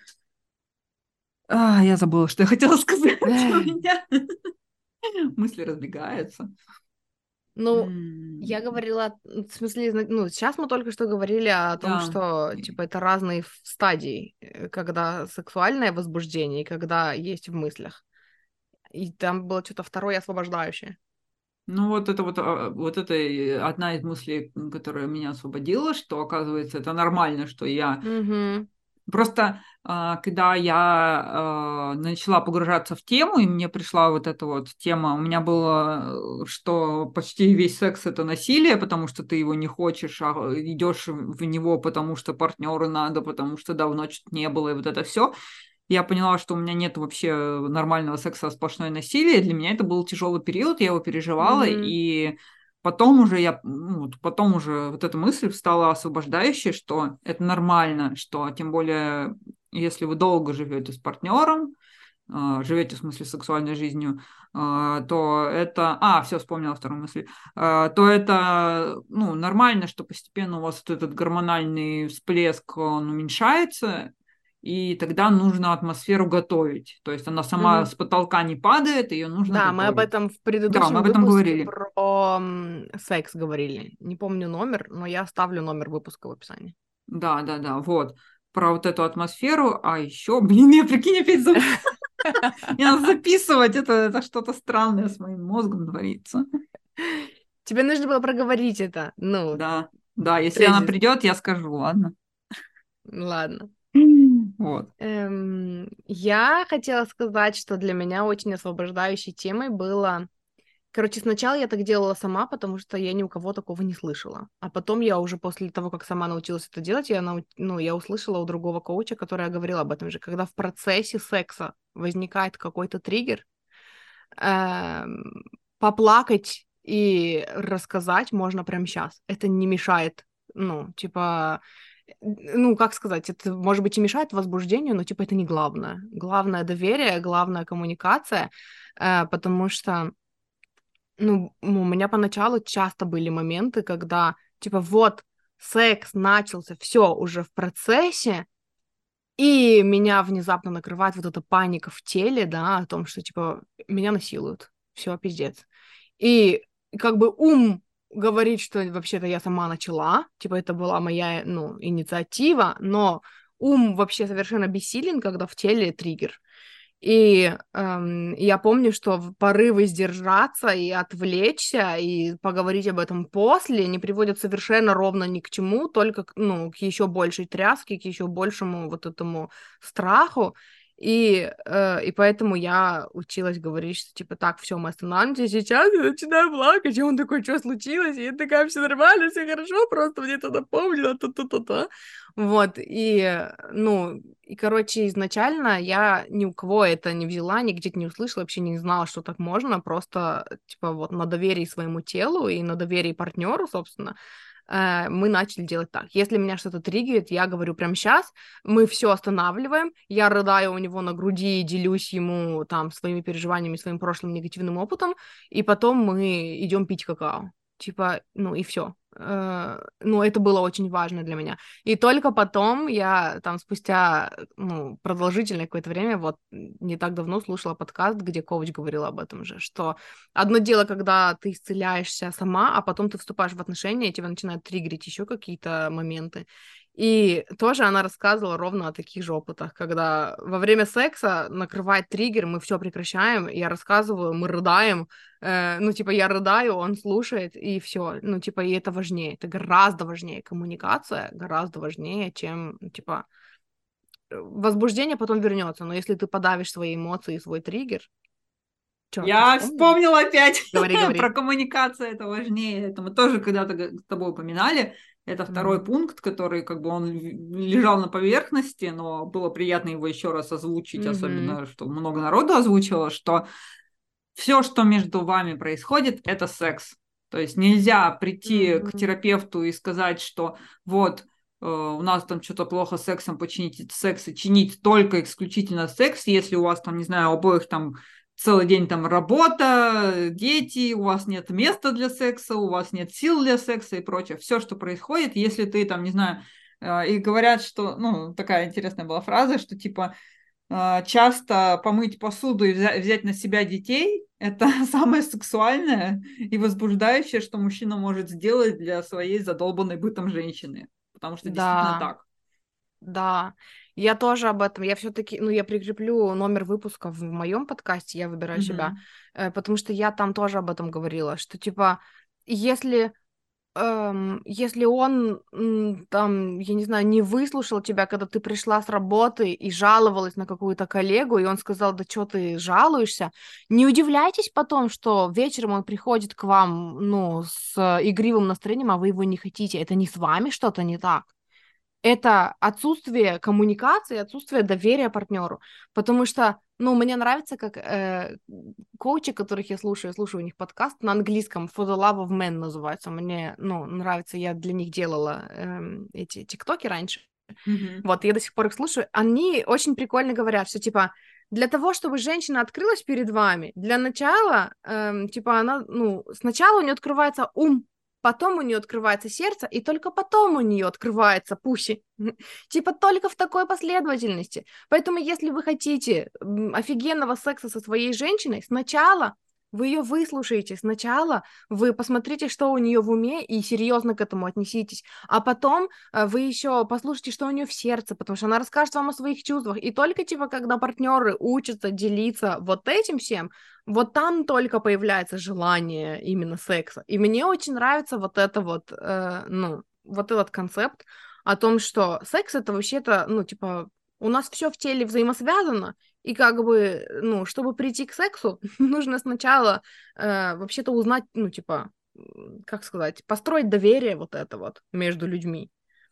А, я забыла, что я хотела сказать. У меня мысли разбегаются. Ну, я М, говорила, м, в смысле, зна- ну, сейчас мы только что говорили о том, Да. что, типа, это разные ф- стадии, э, когда сексуальное возбуждение и когда есть в мыслях. И там было что-то второе освобождающее. Ну, вот это вот, а, вот это и одна из мыслей, м, которая меня освободила, что, оказывается, это нормально, что я Угу, просто, а, когда я а, начала погружаться в тему, и мне пришла вот эта вот тема, у меня было, э, что почти весь секс это насилие, потому что ты его не хочешь, а идешь в него, потому что партнеру надо, потому что давно что-то не было, и вот это все. Я поняла, что у меня нет вообще нормального секса, а сплошное насилие. Для меня это был тяжелый период, я его переживала, угу, и потом уже я, ну, вот потом уже вот эта мысль стала освобождающей, что это нормально, что тем более, если вы долго живете с партнером, а, живете в смысле сексуальной жизнью, а, то это, а, все, вспомнила вторую мысль, а, то это, ну, нормально, что постепенно у вас вот этот гормональный всплеск, он уменьшается, и тогда нужно атмосферу готовить. То есть она сама угу. с потолка не падает, ее нужно Да, мы об готовить. этом в Да, мы предыдущем об этом выпуске говорили. про м, секс говорили. Не помню номер, но я оставлю номер выпуска в описании. Да, да, да, вот. Про вот эту атмосферу. А еще, блин, я прикинь, опять забыла. Мне надо записывать. Это, это что-то странное с моим мозгом творится. Тебе нужно было проговорить это. Ну, Да, да, если она тезис. придет, я скажу, ладно. Ладно. Вот. Эм, я хотела сказать, что для меня очень освобождающей темой было... Короче, сначала я так делала сама, потому что я ни у кого такого не слышала. А потом я уже после того, как сама научилась это делать, я, нау... ну, я услышала у другого коуча, которая говорила об этом же. Когда в процессе секса возникает какой-то триггер, эм, поплакать и рассказать можно прямо сейчас. Это не мешает, ну, типа, ну, как сказать, это, может быть, и мешает возбуждению, но, типа, это не главное. Главное доверие, главная коммуникация, э, потому что, ну, у меня поначалу часто были моменты, когда, типа, вот, секс начался, все уже в процессе, и меня внезапно накрывает вот эта паника в теле, да, о том, что, типа, меня насилуют. Все, пиздец. И как бы ум говорит, что вообще-то я сама начала, типа, это была моя, ну, инициатива, но ум вообще совершенно бессилен, когда в теле триггер. И эм, я помню, что в порывы сдержаться и отвлечься, и поговорить об этом после не приводят совершенно ровно ни к чему, только к, ну, к еще большей тряске, к еще большему вот этому страху. И, э, и поэтому я училась говорить, что типа так, все, мы останавливаемся, сейчас я начинаю плакать, и он такой, что случилось? И я такая, все нормально, все хорошо, просто мне это напомнило, то-то-то-то. Вот, и, э, ну, и, короче, изначально я ни у кого это не взяла, нигде не услышала, вообще не знала, что так можно, просто, типа, вот на доверии своему телу и на доверии партнеру, собственно, э, мы начали делать так. Если меня что-то триггерит, я говорю прямо сейчас, мы все останавливаем, я рыдаю у него на груди и делюсь ему там своими переживаниями, своим прошлым негативным опытом, и потом мы идем пить какао. Типа, ну и все. Ну, это было очень важно для меня. И только потом я там спустя, ну, продолжительное какое-то время, вот не так давно слушала подкаст, где коуч говорил об этом же, что одно дело, когда ты исцеляешься сама, а потом ты вступаешь в отношения, и тебя начинают триггерить еще какие-то моменты. И тоже она рассказывала ровно о таких же опытах, когда во время секса накрывает триггер, мы все прекращаем, я рассказываю, мы рыдаем, э, ну, типа, я рыдаю, он слушает, и все, ну, типа, и это важнее, это гораздо важнее, коммуникация гораздо важнее, чем, типа, возбуждение потом вернется, но если ты подавишь свои эмоции и свой триггер, что, ты Я вспомнила? вспомнила опять Говори, про говори. коммуникацию, это важнее. Это мы тоже когда-то г- с тобой упоминали. Это второй Мгм. пункт, который как бы он в- лежал на поверхности, но было приятно его еще раз озвучить, Мгм. особенно, что много народу озвучило, что все, что между вами происходит, это секс. То есть нельзя прийти к Мгм. терапевту и сказать, что вот э, у нас там что-то плохо с сексом, починить секс и чинить только исключительно секс, если у вас там, не знаю, у обоих там целый день там работа, дети, у вас нет места для секса, у вас нет сил для секса и прочее. Все, что происходит, если ты там, не знаю, э, и говорят, что, ну, такая интересная была фраза, что типа э, часто помыть посуду и взя- взять на себя детей — это самое сексуальное и возбуждающее, что мужчина может сделать для своей задолбанной бытом женщины. Потому что действительно Да, так. да, я тоже об этом. Я все-таки, ну, я прикреплю номер выпуска в моем подкасте, я выбираю себя, Мгм. э, потому что я там тоже об этом говорила, что типа, если эм, если он м, там, я не знаю, не выслушал тебя, когда ты пришла с работы и жаловалась на какую-то коллегу, и он сказал, да что ты жалуешься, не удивляйтесь потом, что вечером он приходит к вам, ну, с э, игривым настроением, а вы его не хотите. Это не с вами что-то не так. Это отсутствие коммуникации, отсутствие доверия партнеру. Потому что, ну, мне нравится, как э, коучи, которых я слушаю, я слушаю у них подкаст на английском For the Love of Men называется. Мне, ну, нравится, я для них делала эм, эти тиктоки раньше. Мгм. Вот, я до сих пор их слушаю. Они очень прикольно говорят, что, типа, для того, чтобы женщина открылась перед вами, для начала, эм, типа, она, ну, сначала у нее открывается ум, потом у нее открывается сердце, и только потом у нее открывается пуси. Типа, только в такой последовательности. Поэтому, если вы хотите м, офигенного секса со своей женщиной, сначала вы ее выслушаете, сначала вы посмотрите, что у нее в уме, и серьезно к этому отнеситесь. А потом э, вы еще послушайте, что у нее в сердце, потому что она расскажет вам о своих чувствах. И только, типа, когда партнеры учатся делиться вот этим всем, вот там только появляется желание именно секса. И мне очень нравится вот это вот, э, ну, вот этот концепт о том, что секс это вообще-то, ну, типа, У нас все в теле взаимосвязано, и как бы, ну, чтобы прийти к сексу, нужно сначала э, вообще-то узнать, ну, типа, м, как сказать, построить доверие вот это вот между людьми.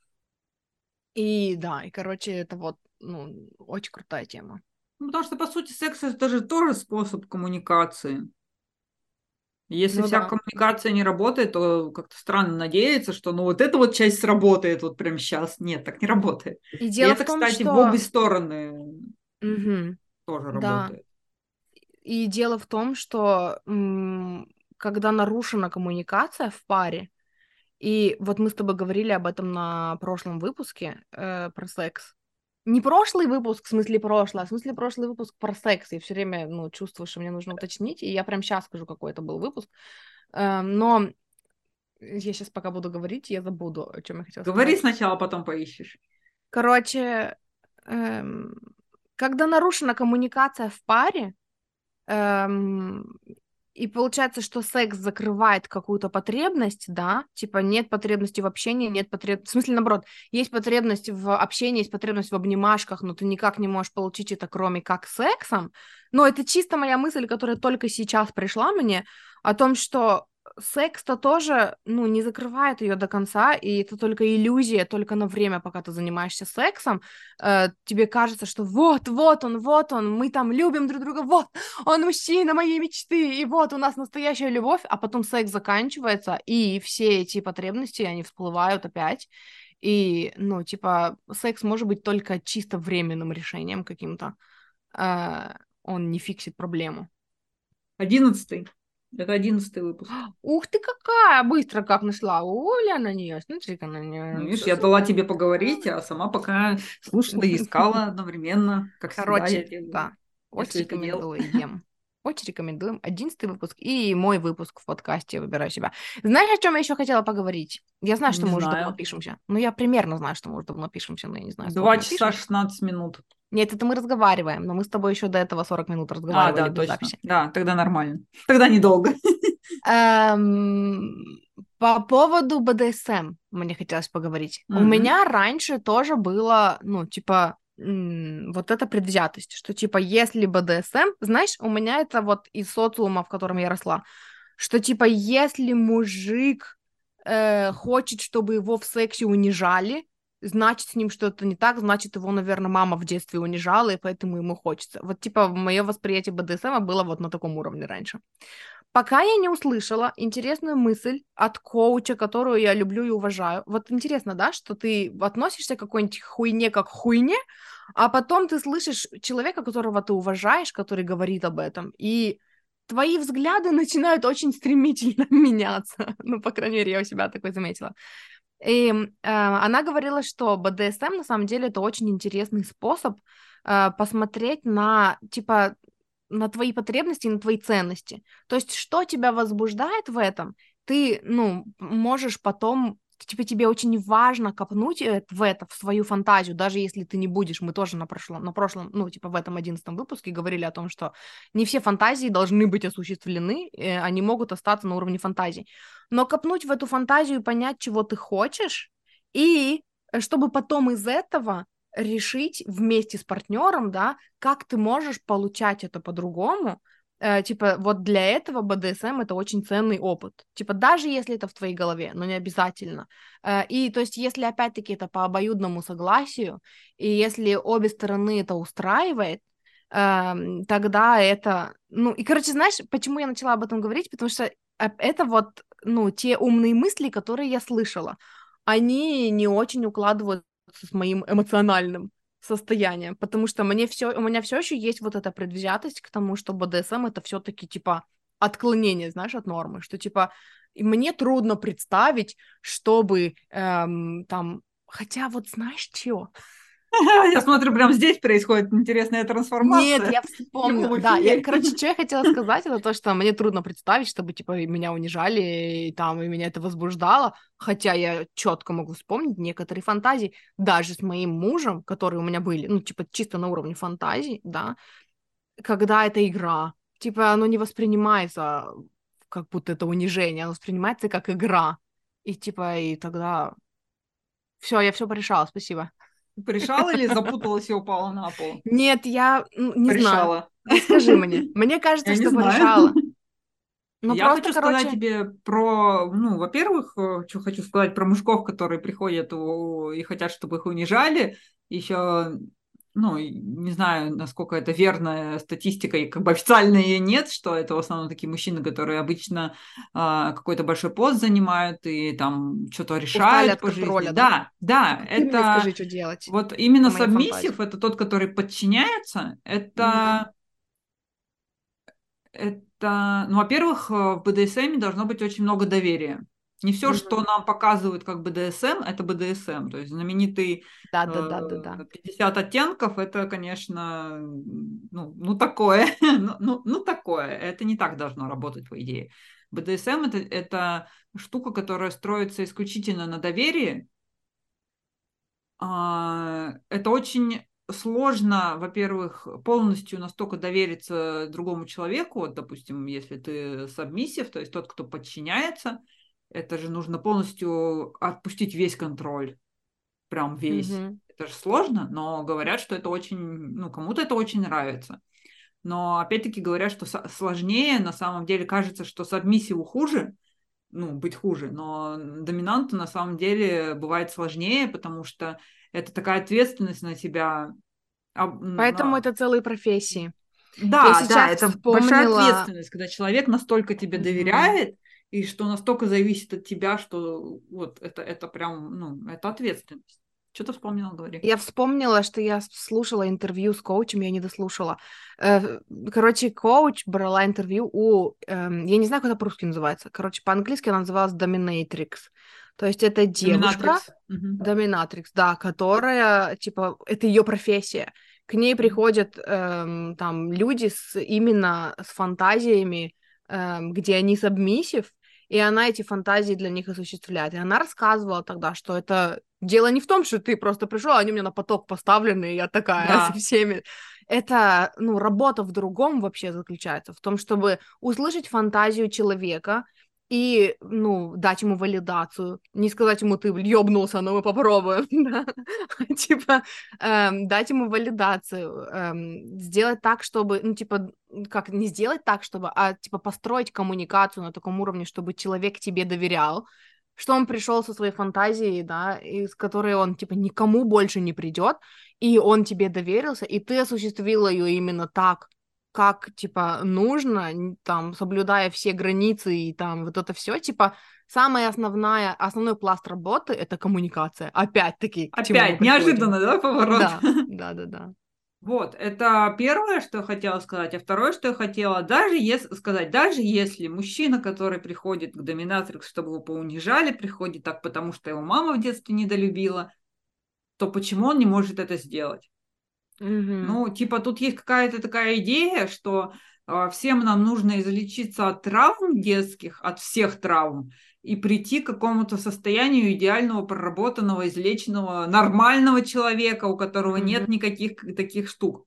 И да, и, короче, это вот, ну, очень крутая тема. Ну, потому что, по сути, секс это же тоже способ коммуникации. Если Ну вся да. коммуникация не работает, то как-то странно надеяться, что ну вот эта вот часть сработает вот прямо сейчас. Нет, так не работает. И И дело в это, том, кстати, в обе что... стороны Мгм, тоже да. работает. И дело в том, что м, когда нарушена коммуникация в паре, и вот мы с тобой говорили об этом на прошлом выпуске э, про секс. Не прошлый выпуск, в смысле прошлый, а в смысле прошлый выпуск про секс. Я все время, ну, чувствую, что мне нужно уточнить, и я прям сейчас скажу, какой это был выпуск. Э, но я сейчас пока буду говорить, я забуду, о чем я хотела Говори сказать. сначала, потом поищешь. Короче, эм, когда нарушена коммуникация в паре, эм, и получается, что секс закрывает какую-то потребность, да, типа нет потребности в общении, нет потребности, в смысле, наоборот, есть потребность в общении, есть потребность в обнимашках, но ты никак не можешь получить это, кроме как сексом. Но это чисто моя мысль, которая только сейчас пришла мне, о том, что секс-то тоже, ну, не закрывает ее до конца, и это только иллюзия, только на время, пока ты занимаешься сексом, э, тебе кажется, что вот, вот он, вот он, мы там любим друг друга, вот, он мужчина моей мечты, и вот у нас настоящая любовь, а потом секс заканчивается, и все эти потребности, они всплывают опять, и, ну, типа, секс может быть только чисто временным решением каким-то, э, он не фиксит проблему. Одиннадцатый. Это одиннадцатый выпуск. Ух ты, какая быстро как нашла, Оля на нее, смотри-ка на Ну, нее. видишь, я дала тебе поговорить, а сама пока слушала и искала одновременно, как всегда я Короче, делаю, да, очень если это дело. рекомендуем. Очень рекомендуем. Одиннадцатый выпуск и мой выпуск в подкасте «Выбираю себя». Знаешь, о чем я еще хотела поговорить? Я знаю, что Не мы уже давно знаю. пишемся. Ну, я примерно знаю, что мы уже давно пишемся, но я не знаю, сколько Два мы часа пишемся. шестнадцать минут. Нет, это мы разговариваем, но мы с тобой еще до этого сорок минут А, разговаривали да, без точно. записи. Да, тогда нормально. Тогда недолго. Эм, По поводу бэ дэ эс эм мне хотелось поговорить. У М. меня раньше тоже было, ну, типа, м, вот эта предвзятость, что, типа, если бэ дэ эс эм, знаешь, у меня это вот из социума, в котором я росла, что, типа, если мужик э, хочет, чтобы его в сексе унижали, значит, с ним что-то не так, значит, его, наверное, мама в детстве унижала, и поэтому ему хочется. Вот, типа, мое восприятие бэ дэ эс эм было вот на таком уровне раньше. Пока я не услышала интересную мысль от коуча, которую я люблю и уважаю. Вот интересно, да, что ты относишься к какой-нибудь хуйне как к хуйне, а потом ты слышишь человека, которого ты уважаешь, который говорит об этом, и твои взгляды начинают очень стремительно меняться. Ну, по крайней мере, я у себя такое заметила. И э, она говорила, что бэ дэ эс эм на самом деле это очень интересный способ э, посмотреть на, типа, на твои потребности и на твои ценности. То есть, что тебя возбуждает в этом, ты, ну, можешь потом, типа, тебе очень важно копнуть э- в это, в свою фантазию, даже если ты не будешь, мы тоже на прошлом, на прошлом, ну, типа, в этом одиннадцатом выпуске говорили о том, что не все фантазии должны быть осуществлены, э, они могут остаться на уровне фантазий. Но копнуть в эту фантазию и понять, чего ты хочешь, и э, чтобы потом из этого решить вместе с партнером, да, как ты можешь получать это по-другому. Э, типа, вот для этого бэ дэ эс эм это очень ценный опыт. Типа, даже если это в твоей голове, но не обязательно. Э, и то есть, если опять-таки это по обоюдному согласию, и если обе стороны это устраивает, эм, тогда это... Ну, и, короче, знаешь, почему я начала об этом говорить? Потому что э, это вот, ну, те умные мысли, которые я слышала, они не очень укладываются с моим эмоциональным состоянием, потому что мне все, у меня все еще есть вот эта предвзятость к тому, что бэ дэ эс эм это все-таки типа отклонение, знаешь, от нормы, что типа и мне трудно представить, чтобы эм, там, хотя вот знаешь что? Я смотрю, прям здесь происходит интересная Нет, трансформация я в вспомнила. прямом Да, я, эфире. короче, что я хотела сказать, это то, что мне трудно представить, чтобы, типа, меня унижали, и там, и меня это возбуждало, хотя я четко могу вспомнить некоторые фантазии, даже с моим мужем, которые у меня были, ну, типа, чисто на уровне фантазий, да, когда это игра, типа, оно не воспринимается как будто это унижение, оно воспринимается как игра, и, типа, и тогда все, я все порешала, спасибо. Порешала или запуталась и упала на пол? Нет, я ну, не знаю. Порешала. Расскажи мне. Мне Я кажется, не что знаю. порешала. Ну, Я просто, хочу сказать короче... тебе про, ну, во-первых, э, что хочу сказать про мужиков, которые приходят у- и хотят, чтобы их унижали. Еще, ну, и не знаю, насколько это верная статистика, и как бы официально ее нет, что это в основном такие мужчины, которые обычно а, какой-то большой пост занимают и там что-то Устали решают от по жизни. контроля, да? Да, да, Только ты мне это скажи, что делать. вот именно Это моя фантазия. сабмиссив, это тот, который подчиняется, Мгм. это это, ну, во-первых, э, в бэ дэ эс эм должно быть очень много доверия. Не все, что Мгм. нам показывают как бэ дэ эс эм, это бэ дэ эс эм. То есть знаменитый Да, да, да, да, да. э, пятьдесят оттенков, это, конечно, ну, ну такое, ну, ну, ну такое. Это не так должно работать, по идее. бэ дэ эс эм это, это штука, которая строится исключительно на доверии. А, Это очень сложно, во-первых, полностью настолько довериться другому человеку. Вот, допустим, если ты сабмиссив, то есть тот, кто подчиняется, это же нужно полностью отпустить весь контроль, прям весь. Мгм. Это же сложно, но говорят, что это очень, ну, кому-то это очень нравится. Но опять-таки говорят, что со- сложнее, на самом деле кажется, что сабмиссиву хуже, ну, быть хуже, но доминанту на самом деле бывает сложнее, потому что это такая ответственность на тебя. а, Поэтому на- это целые профессии. Я Да, да, сейчас это большая вспомнила... ответственность, когда человек настолько тебе Мгм. доверяет, и что настолько зависит от тебя, что вот это, это прям, ну, это ответственность. Что ты вспомнила, говори. Я вспомнила, что я слушала интервью с коучем, я не дослушала. Э, Короче, коуч брала интервью у... эм, Я не знаю, как это по-русски называется. Короче, по-английски она называлась Dominatrix. То есть это девушка, Доминатрикс. Мгм. Доминатрикс, да, которая, типа, это ее профессия. К ней Мгм. приходят эм, там люди с именно с фантазиями, эм, где они сабмиссив, и она эти фантазии для них осуществляет. И она рассказывала тогда, что это дело не в том, что ты просто пришел, а они у меня на поток поставлены, и я такая со Да, всеми. Это, ну, работа в другом вообще заключается, в том, чтобы услышать фантазию человека, и, ну, дать ему валидацию. Не сказать ему, ты ёбнулся, но мы попробуем, да. Типа, эм, дать ему валидацию, эм, сделать так, чтобы, ну, типа, как, не сделать так, чтобы, а, типа, построить коммуникацию на таком уровне, чтобы человек тебе доверял, что он пришел со своей фантазией, да, из которой он, типа, никому больше не придет, и он тебе доверился, и ты осуществила ее именно так, как, типа, нужно, н- там, соблюдая все границы и там вот это все, типа, самая основная, основной пласт работы — это коммуникация. Опять-таки, к чему мы опять приходим. неожиданно, да, поворот? Да, да, да, да. Вот, это первое, что я хотела сказать. А второе, что я хотела, даже если сказать, даже если мужчина, который приходит к доминатрикс, чтобы его поунижали, приходит так, потому что его мама в детстве недолюбила, то почему он не может это сделать? Мгм, Ну, типа, тут есть какая-то такая идея, что а, всем нам нужно излечиться от травм детских, от всех травм, и прийти к какому-то состоянию идеального, проработанного, излеченного, нормального человека, у которого мгм, нет никаких таких штук.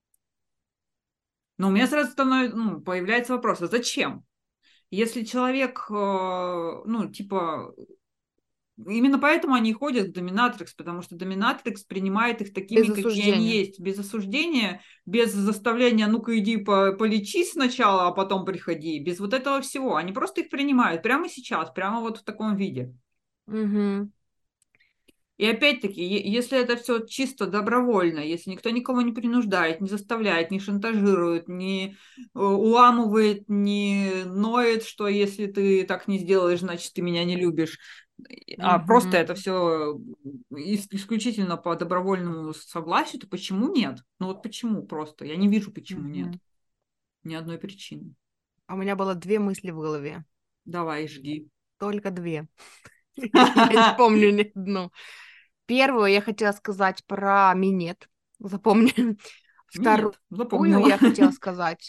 Но у меня сразу становится, ну, появляется вопрос, а зачем? Если человек, э, ну, типа, именно поэтому они ходят к доминатрикс, потому что доминатрикс принимает их без такими, какие они осуждения. есть, без осуждения, без заставления, ну-ка иди по полечись сначала, а потом приходи, без вот этого всего. Они просто их принимают прямо сейчас, прямо вот в таком виде. Мгм, И опять-таки, е- если это все чисто добровольно, если никто никого не принуждает, не заставляет, не шантажирует, не э, уламывает, не ноет, что если ты так не сделаешь, значит, ты меня не любишь, а просто мгм, это все исключительно по добровольному согласию, то почему нет? Ну вот почему просто? Я не вижу, почему нет. мгм. Ни одной причины. А у меня было две мысли в голове. Давай, жги. Только две. Я не помню ни одну. Первую я хотела сказать про минет. Запомни. Вторую Нет, запомнила. я хотела сказать.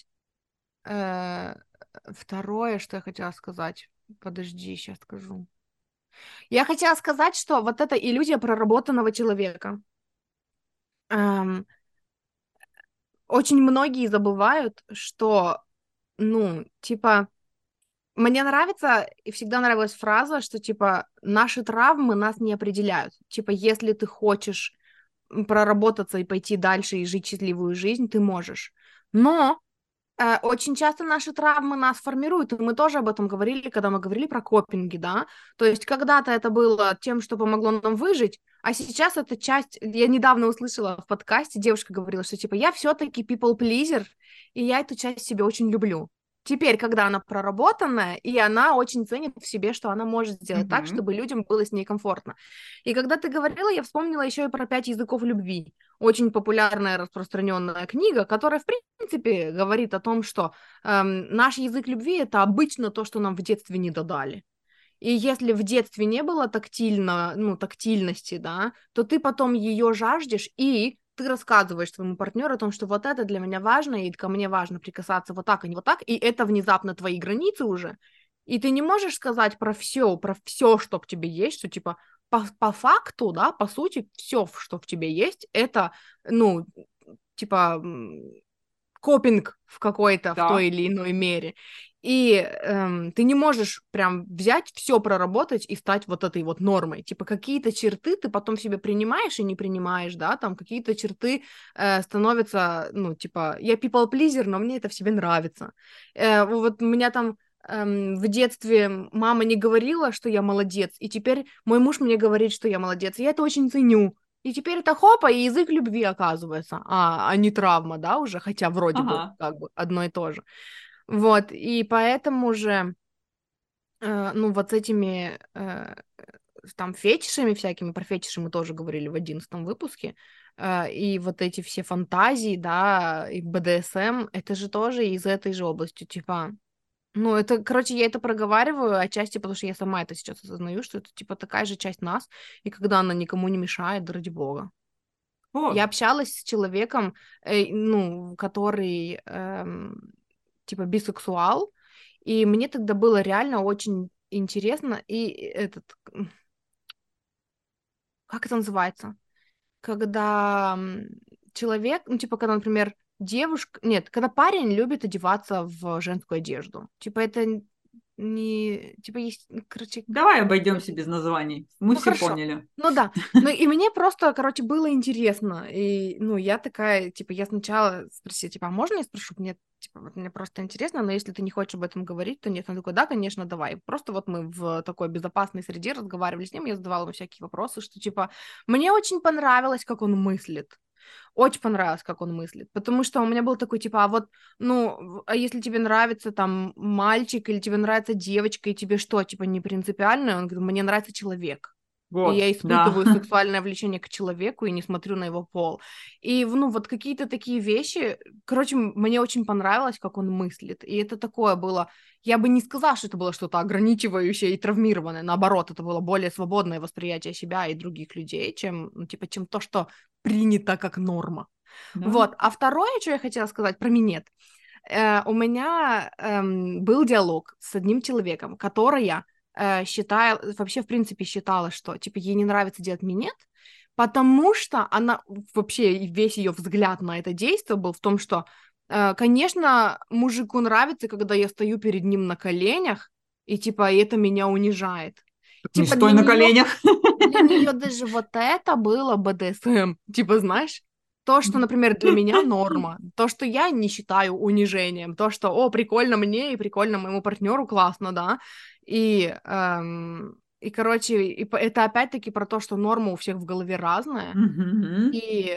э, Второе, что я хотела сказать. Подожди, сейчас скажу. Я хотела сказать, что вот эта иллюзия проработанного человека. Эм, Очень многие забывают, что, ну, типа, мне нравится и всегда нравилась фраза, что, типа, наши травмы нас не определяют. Типа, если ты хочешь проработаться и пойти дальше и жить счастливую жизнь, ты можешь. Но э, очень часто наши травмы нас формируют, и мы тоже об этом говорили, когда мы говорили про копинги, да, то есть когда-то это было тем, что помогло нам выжить, а сейчас это часть, я недавно услышала в подкасте, девушка говорила, что типа я все-таки people pleaser, и я эту часть себе очень люблю. Теперь, когда она проработанная, и она очень ценит в себе, что она может сделать так, Мгм. чтобы людям было с ней комфортно. И когда ты говорила, я вспомнила еще и про пять языков любви. Очень популярная, распространенная книга, которая, в принципе, говорит о том, что эм, наш язык любви — это обычно то, что нам в детстве не додали. И если в детстве не было тактильно, ну, тактильности, да, то ты потом ее жаждешь, и ты рассказываешь своему партнеру о том, что вот это для меня важно, и ко мне важно прикасаться вот так, а не вот так, и это внезапно твои границы уже. И ты не можешь сказать про все, про все, что в тебе есть, что типа по, по факту, да, по сути, все, что в тебе есть, это, ну, типа копинг в какой-то, в той Да. или иной мере. И эм, ты не можешь прям взять, все проработать и стать вот этой вот нормой. Типа какие-то черты ты потом в себе принимаешь и не принимаешь, да, там какие-то черты э, становятся, ну, типа, я people pleaser, но мне это в себе нравится. Э, вот у меня там эм, в детстве мама не говорила, что я молодец, и теперь мой муж мне говорит, что я молодец, и я это очень ценю. И теперь это хопа, и язык любви оказывается, а, а не травма, да, уже, хотя вроде бы Ага. как бы одно и то же. Вот, и поэтому же, э, ну, вот с этими э, там фетишами всякими, про фетиши мы тоже говорили в одиннадцатом выпуске, э, и вот эти все фантазии, да, и бэ дэ эс эм, это же тоже из этой же области, типа, ну, это, короче, я это проговариваю отчасти, потому что я сама это сейчас осознаю, что это, типа, такая же часть нас, и когда она никому не мешает, да ради бога. Я Вот. общалась с человеком, э, ну, который, эм, типа, бисексуал, и мне тогда было реально очень интересно, и этот, м, как это называется? Когда м, человек, ну, типа, когда, например, девушка, нет, когда парень любит одеваться в женскую одежду, типа, это н- не, типа, есть, ну, короче, Давай обойдемся без названий. Мы ну все хорошо. поняли. Ну да. Ну и мне просто, короче, было интересно. И, ну, я такая, типа, я сначала спросила, типа, а можно я спрошу? Мне, типа, вот мне просто интересно, но если ты не хочешь об этом говорить, то нет. Он такой, да, конечно, давай. Просто вот мы в такой безопасной среде разговаривали с ним, я задавала ему всякие вопросы, что, типа, мне очень понравилось, как он мыслит. Очень понравилось, как он мыслит, потому что у меня был такой, типа, а вот, ну, а если тебе нравится там мальчик или тебе нравится девочка, и тебе что, типа, не принципиально? Он говорит, мне нравится человек. И Вот, я да. испытываю сексуальное влечение к человеку и не смотрю на его пол. И, ну, вот какие-то такие вещи, короче, м- мне очень понравилось, как он мыслит. И это такое было, я бы не сказала, что это было что-то ограничивающее и травмированное. Наоборот, это было более свободное восприятие себя и других людей, чем, ну, типа, чем то, что принято как норма. Да. Вот. А второе, что я хотела сказать про минет. Э, у меня эм, был диалог с одним человеком, которая э, считала, вообще, в принципе, считала, что, типа, ей не нравится делать минет, потому что она, вообще, весь ее взгляд на это действие был в том, что, э, конечно, мужику нравится, когда я стою перед ним на коленях, и, типа, это меня унижает. Не Типа, стой для на нее коленях. для нее даже вот это было бэ дэ эс эм. Типа, знаешь, то, что, например, для меня норма, то, что я не считаю унижением, то, что, о, прикольно мне и прикольно моему партнеру, классно, да, и, эм, и короче, и, по- это опять-таки про то, что норма у всех в голове разная, Мгм. и,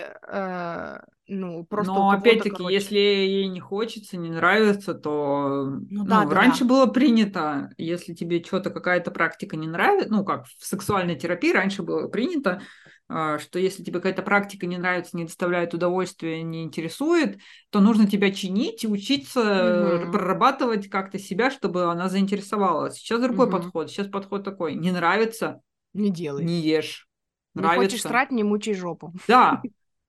э, ну, просто у Но кого-то, опять-таки, короче, если ей не хочется, не нравится, то, ну да, ну, да, раньше да. было принято, если тебе что-то, какая-то практика не нравится, ну, как в сексуальной терапии раньше было принято, а, что если тебе какая-то практика не нравится, не доставляет удовольствия, не интересует, то нужно тебя чинить и учиться э, Угу, прорабатывать как-то себя, чтобы она заинтересовалась. Сейчас другой угу. подход. Сейчас подход такой: не нравится — Не делай. не ешь, Не хочешь нравится — срать, не мучай жопу. да.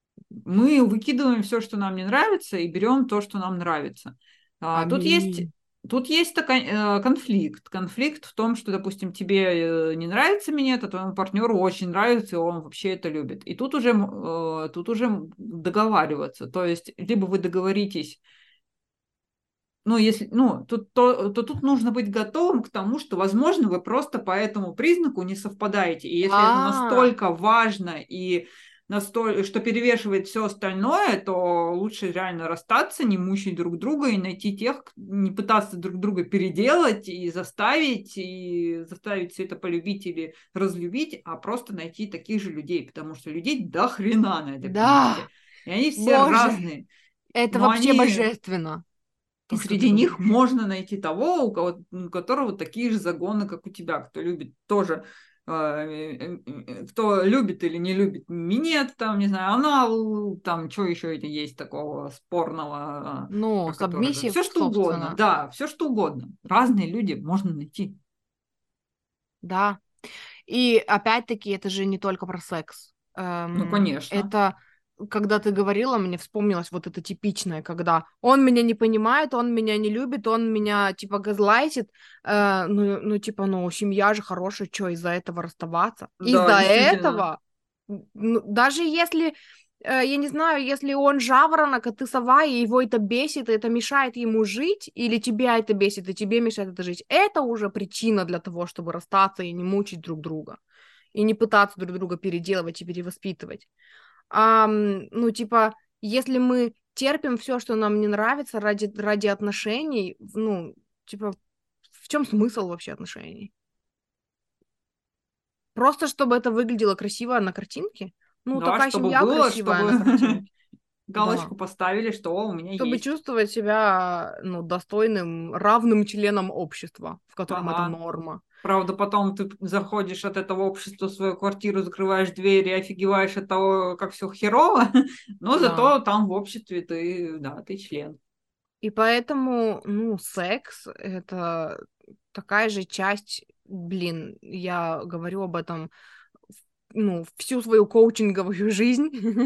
Мы выкидываем все, что нам не нравится, и берем то, что нам нравится. А, тут есть, Аминь. тут есть такой э, конфликт. Конфликт в том, что, допустим, тебе э, не нравится минет, а твоему партнеру очень нравится, и он вообще это любит. И тут уже, э, тут уже договариваться. То есть, либо вы договоритесь, ну, если, ну, тут, то, то тут нужно быть готовым к тому, что, возможно, вы просто по этому признаку не совпадаете. И если это А, настолько важно и настолько, что перевешивает все остальное, то лучше реально расстаться, не мучить друг друга и найти тех, не пытаться друг друга переделать и заставить, и заставить все это полюбить или разлюбить, а просто найти таких же людей, потому что людей до хрена на этой Да, планете. И они все боже, разные. это Но вообще они божественно, и то, что ты среди них говоришь. можно найти того, у кого, у которого такие же загоны, как у тебя, кто любит тоже, э, э, э, кто любит или не любит минет, там, не знаю, анал, там, что еще это есть такого спорного, э, Ну, про который... сабмиссив, Все что угодно, собственно, да, все что угодно. Разные люди можно найти. да. И опять-таки, это же не только про секс. Ну, Эм, конечно. это, когда ты говорила, мне вспомнилось вот это типичное, когда он меня не понимает, он меня не любит, он меня, типа, газлайтит. Э, ну, ну, типа, ну, семья же хорошая, что из-за этого расставаться? Да, Из-за действительно. этого, ну, даже если, э, я не знаю, если он жаворонок, а ты сова, и его это бесит, и это мешает ему жить, или тебя это бесит, и тебе мешает это жить, это уже причина для того, чтобы расстаться и не мучить друг друга, и не пытаться друг друга переделывать и перевоспитывать. А, м, ну, типа, если мы терпим все, что нам не нравится ради, ради отношений, ну, типа, в чем смысл вообще отношений? Просто чтобы это выглядело красиво на картинке? Ну, Да, такая чтобы семья было, красивая на чтобы картинке. Да. галочку поставили, что «О, у меня Чтобы есть». чувствовать себя, ну, достойным, равным членом общества, в котором это Ага. норма. Правда, потом ты заходишь от этого общества в свою квартиру, закрываешь дверь и офигеваешь от того, как все херово, но Да. зато там в обществе ты, да, ты член. И поэтому, ну, секс — это такая же часть, блин, я говорю об этом, ну, всю свою коучинговую жизнь,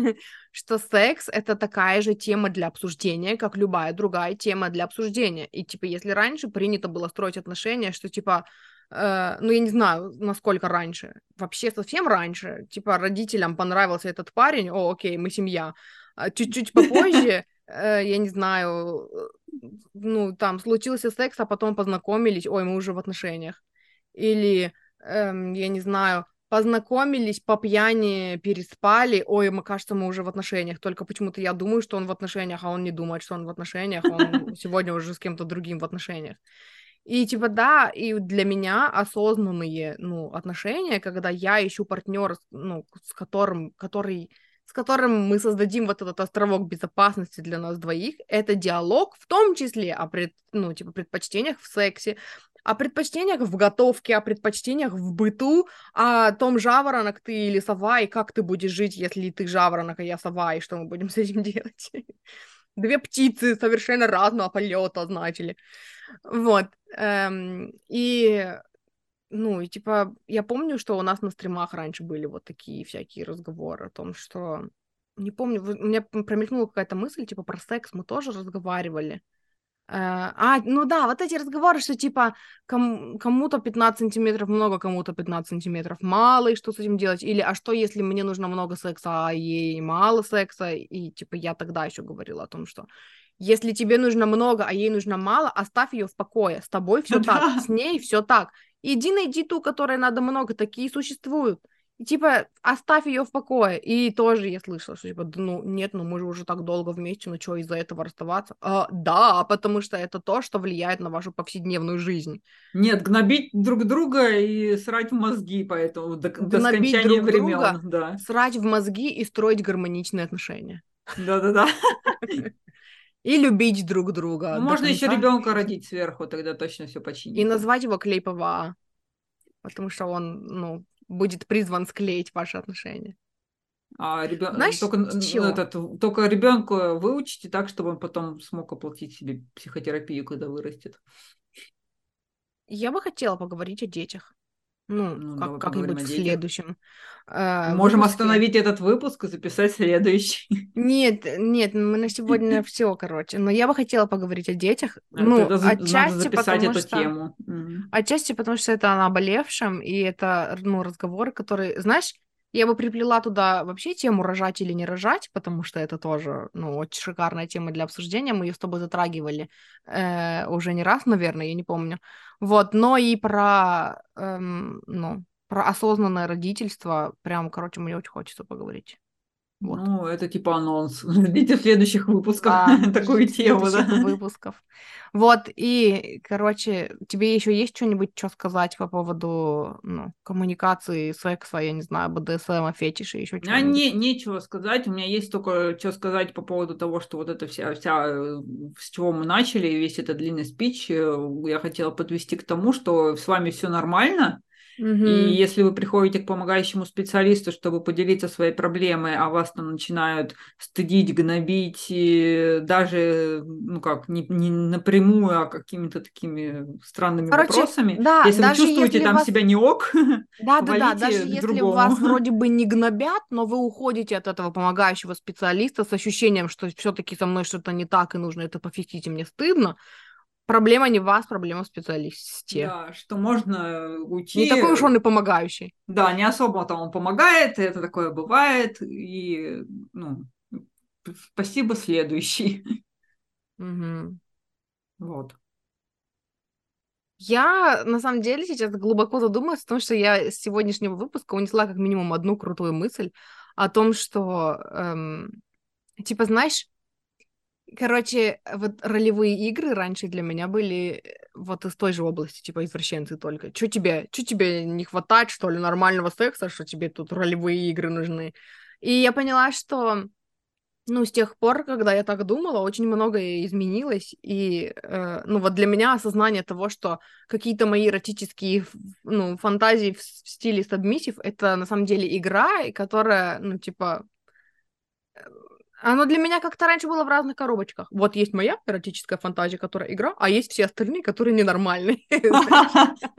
что секс — это такая же тема для обсуждения, как любая другая тема для обсуждения. И, типа, если раньше принято было строить отношения, что, типа, э, ну, я не знаю, насколько раньше, вообще совсем раньше, типа, родителям понравился этот парень, о, окей, мы семья. А чуть-чуть попозже, э, я не знаю, э, ну, там, случился секс, а потом познакомились, ой, мы уже в отношениях. Или, эм, я не знаю, познакомились, по пьяни переспали. Ой, мы, кажется, мы уже в отношениях. Только почему-то я думаю, что он в отношениях, а он не думает, что он в отношениях. Он сегодня уже с кем-то другим в отношениях. И типа да, и для меня осознанные, ну, отношения, когда я ищу партнера, ну, с которым, который, с которым мы создадим вот этот островок безопасности для нас двоих, это диалог, в том числе о пред, ну, типа, предпочтениях в сексе, о предпочтениях в готовке, о предпочтениях в быту, о том, жаворонок ты или сова, и как ты будешь жить, если ты жаворонок, а я сова, и что мы будем с этим делать. Две птицы совершенно разного полета, знаете ли. Вот. Эм, и, ну, и типа, я помню, что у нас на стримах раньше были вот такие всякие разговоры о том, что... Не помню, в- у меня промелькнула какая-то мысль, типа, про секс мы тоже разговаривали. Э, А, ну да, вот эти разговоры, что типа ком- кому-то пятнадцать сантиметров много, кому-то пятнадцать сантиметров мало, и что с этим делать? Или, а что, если мне нужно много секса, а ей мало секса? И типа я тогда еще говорила о том, что если тебе нужно много, а ей нужно мало, оставь ее в покое. С тобой все так, Да. с ней все так. Иди найди ту, которой надо много, такие существуют. И, типа, оставь ее в покое. И тоже я слышала, что, типа, «Да ну, нет, ну мы же уже так долго вместе, ну что, из-за этого расставаться? А, да, потому что это то, что влияет на вашу повседневную жизнь. Нет, гнобить друг друга и срать в мозги, поэтому до, до Гнобить скончания друг друга, времен, да. срать в мозги и строить гармоничные отношения. Да-да-да. И любить друг друга Ну, до можно еще конца ребенка жизни. родить сверху, тогда точно все И починится. назвать его Клейпова, потому что он, ну, будет призван склеить ваши отношения. А ребен... Знаешь, только, с н- чего? этот, только ребенка выучите так, чтобы он потом смог оплатить себе психотерапию, когда вырастет. Я бы хотела поговорить о детях. Ну, Ну, как, давай поговорим как-нибудь о в детях. следующем э, Можем выпуске. остановить этот выпуск и записать следующий. Нет, нет, мы на сегодня все, короче. Но я бы хотела поговорить о детях. А, Ну, тогда за- надо отчасти записать потому эту что... тему. М. Отчасти потому что это о наболевшем, и это, ну, разговоры, которые... Знаешь, я бы приплела туда вообще тему рожать или не рожать, потому что это тоже, ну, очень шикарная тема для обсуждения. Мы ее с тобой затрагивали э, уже не раз, наверное, я не помню. Вот, но и про, эм, ну, про осознанное родительство. Прям, короче, мне очень хочется поговорить. Вот. Ну, это типа анонс. Ждите в следующих выпусках Да, такую ждите тему, следующих да. выпусков. Вот, и, короче, тебе еще есть что-нибудь, что сказать по поводу, ну, коммуникации, секса, я не знаю, бэ дэ эс эм, фетиша, еще У меня чего-нибудь? не, нечего сказать. У меня есть только что сказать по поводу того, что вот это вся, вся, э, с чего мы начали, весь этот длинный спич, э, я хотела подвести к тому, что с вами все нормально. И Угу. если вы приходите к помогающему специалисту, чтобы поделиться своей проблемой, а вас там начинают стыдить, гнобить, и даже, ну как, не, не напрямую, а какими-то такими странными Короче, вопросами, да, если вы даже чувствуете если там вас... себя не ок, Да-да-да, даже валите к если другому. вас вроде бы не гнобят, но вы уходите от этого помогающего специалиста с ощущением, что все-таки со мной что-то не так, и нужно это пофиксить, и мне стыдно, проблема не в вас, проблема в специалисте. Да, что можно Не уйти, такой уж он и помогающий. да, не особо там он помогает, это такое бывает, и, ну, спасибо, следующий. Мгм. Вот. Я, на самом деле, сейчас глубоко задумалась о том, что я с сегодняшнего выпуска унесла как минимум одну крутую мысль о том, что, эм, типа, знаешь, короче, вот ролевые игры раньше для меня были э, вот из той же области, типа, извращенцы только. Чё тебе, чё тебе не хватает, что ли, нормального секса, что тебе тут ролевые игры нужны? И я поняла, что ну, с тех пор, когда я так думала, очень многое изменилось, и, э, ну, вот для меня осознание того, что какие-то мои эротические, ф- ну, фантазии в, с- в стиле сабмиссив — это на самом деле игра, и которая, ну, типа, оно для меня как-то раньше было в разных коробочках. Вот есть моя эротическая фантазия, которая игра, а есть все остальные, которые ненормальные, знаешь.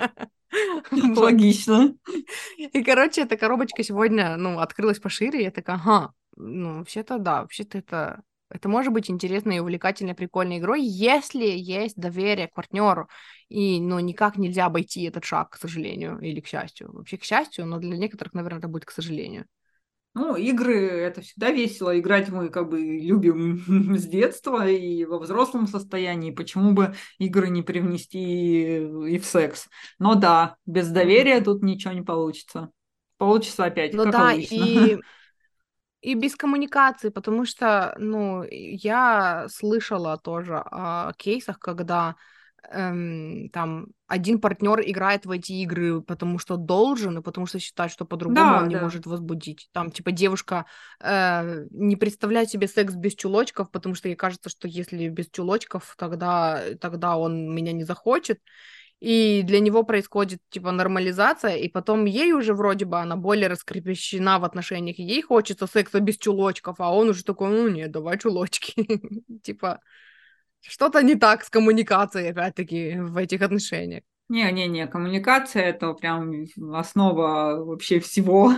Вот. Логично. И, короче, эта коробочка сегодня, ну, открылась пошире, и я такая, ага, ну, вообще-то да, вообще-то это, это может быть интересной и увлекательной, прикольной игрой, если есть доверие к партнеру, и, ну, никак нельзя обойти этот шаг, к сожалению, или к счастью. Вообще, к счастью, но для некоторых, наверное, это будет к сожалению. Ну, игры — это всегда весело. Играть мы как бы любим с детства и во взрослом состоянии. Почему бы игры не привнести и в секс? Но да, без доверия Мгм. тут ничего не получится. Получится опять, Ну как да, обычно. и И без коммуникации, потому что, ну, я слышала тоже о кейсах, когда эм, там один партнер играет в эти игры, потому что должен, и потому что считает, что по-другому он Да, не да. может возбудить. Там, типа, девушка э, не представляет себе секс без чулочков, потому что ей кажется, что если без чулочков, тогда, тогда он меня не захочет. И для него происходит, типа, нормализация, и потом ей уже вроде бы она более раскрепощена в отношениях, и ей хочется секса без чулочков, а он уже такой, ну нет, давай чулочки. Типа, что-то не так с коммуникацией, опять-таки, в этих отношениях. Не-не-не, коммуникация — это прям основа вообще всего.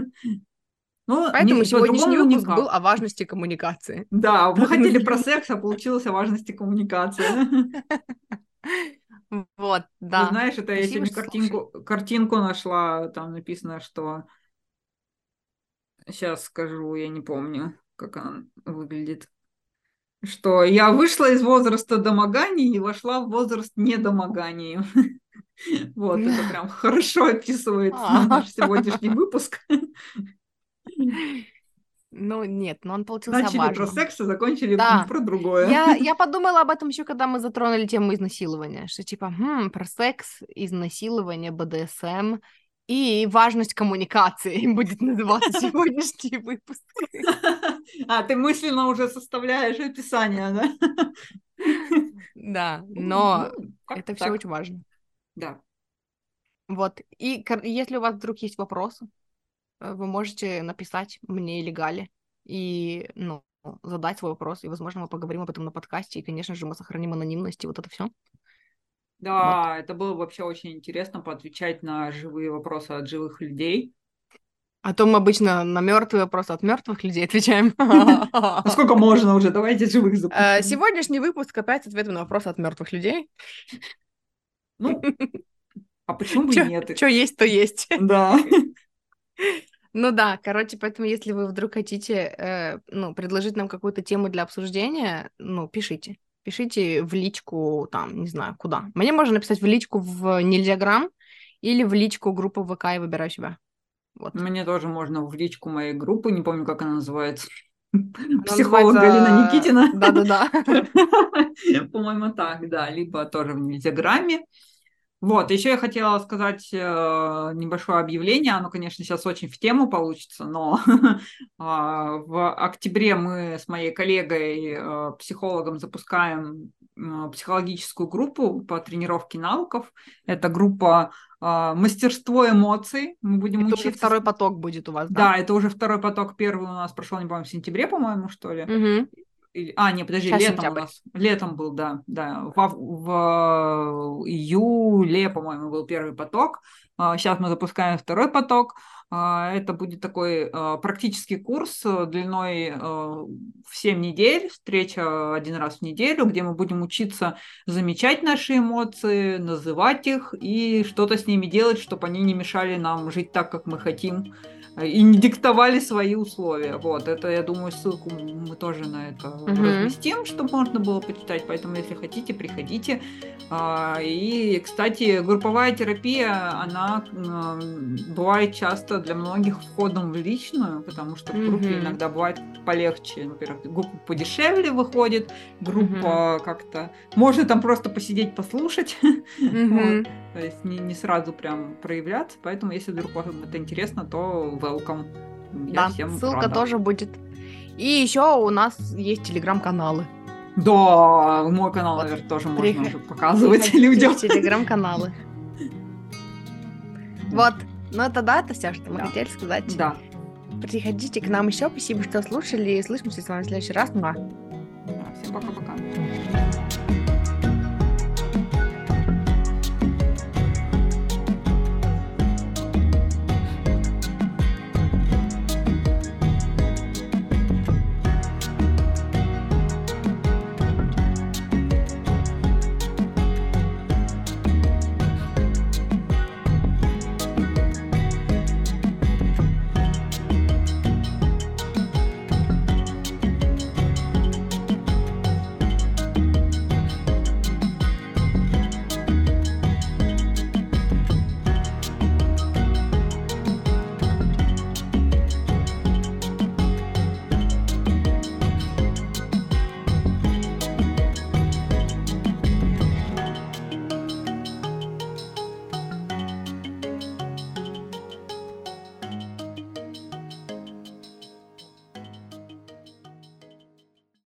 Ну, Поэтому не, сегодняшний по-другому выпуск был никак. о важности коммуникации. Да, мы Потому хотели что... про секс, а получилось о важности коммуникации. Вот, Ты да. знаешь, это я Спасибо, сегодня что слушали. картинку, картинку нашла, там написано, что... Сейчас скажу, я не помню, как она выглядит. Что я вышла из возраста домоганий и вошла в возраст недомоганий. Вот, это прям хорошо описывает А. наш сегодняшний выпуск. Ну, нет, но он получился Начали про важным. секс, а закончили Да, про другое. я, я подумала об этом еще, когда мы затронули тему изнасилования, что типа, хм, про секс, изнасилование, бэ дэ эс эм и важность коммуникации будет называться сегодняшний выпуск. А, ты мысленно уже составляешь описание, да? Да, Ну, но это как-то все так. очень важно. Да. Вот, и кор- если у вас вдруг есть вопросы, э, вы можете написать мне или Гале и, ну, задать свой вопрос, и, возможно, мы поговорим об этом на подкасте, и, конечно же, мы сохраним анонимность и вот это все. Вот. Да, это было вообще очень интересно поотвечать на живые вопросы от живых людей. А то мы обычно на мертвые вопросы от мертвых людей отвечаем. Ну сколько можно уже? Давайте живых Э, запустим. Сегодняшний выпуск опять ответы на вопросы от мертвых людей. Ну, а почему бы и нет? Что есть, то есть. Да. Ну да, короче, поэтому если вы вдруг хотите, э, ну, предложить нам какую-то тему для обсуждения, ну, пишите. Пишите в личку, там, не знаю, куда. Мне можно написать в личку в Нельзяграм или в личку группы вэ ка «Я выбираю себя». Вот. Мне тоже можно в личку моей группы, не помню, как она называется. Она Психолог называется... Галина Никитина. Да-да-да. По-моему, так, да. Либо тоже в Нельзяграме. Вот, еще я хотела сказать э, небольшое объявление. Оно, конечно, сейчас очень в тему получится, но э, в октябре мы с моей коллегой, э, психологом, запускаем э, психологическую группу по тренировке навыков. Это группа э, мастерство эмоций. Мы будем Это учиться... уже второй поток будет у вас, да? Да, это уже второй поток. Первый у нас прошел, не помню, в сентябре, по-моему, что ли. Угу. А, не, подожди, Сейчас летом сентябрь. у нас. Летом был, да, да. В, в июле, по-моему, был первый поток. Сейчас мы запускаем второй поток. Это будет такой практический курс длиной в семь недель, встреча один раз в неделю, где мы будем учиться замечать наши эмоции, называть их и что-то с ними делать, чтобы они не мешали нам жить так, как мы хотим, и не диктовали свои условия. Вот, это, я думаю, ссылку мы тоже на это Угу. разместим, чтобы можно было почитать. Поэтому, если хотите, приходите. И, кстати, групповая терапия, она бывает часто для многих входом в личную, потому что в группе Угу. иногда бывает полегче. Во-первых, группа подешевле выходит, группа Угу. как-то... Можно там просто посидеть, послушать. Угу. Вот. То есть не, не сразу прям проявляться. Поэтому, если вдруг вам это интересно, то welcome. Я Да, всем ссылка рада. тоже будет. И еще у нас есть телеграм-каналы. Да, мой канал, Вот. наверное, тоже Приход- можно уже показывать Приходите людям. в телеграм-каналы. Вот. Ну, тогда это все, что мы Да. хотели сказать. Да. Приходите к нам еще. Спасибо, что слушали. Слышимся с вами в следующий раз. Муа. Да, всем пока-пока.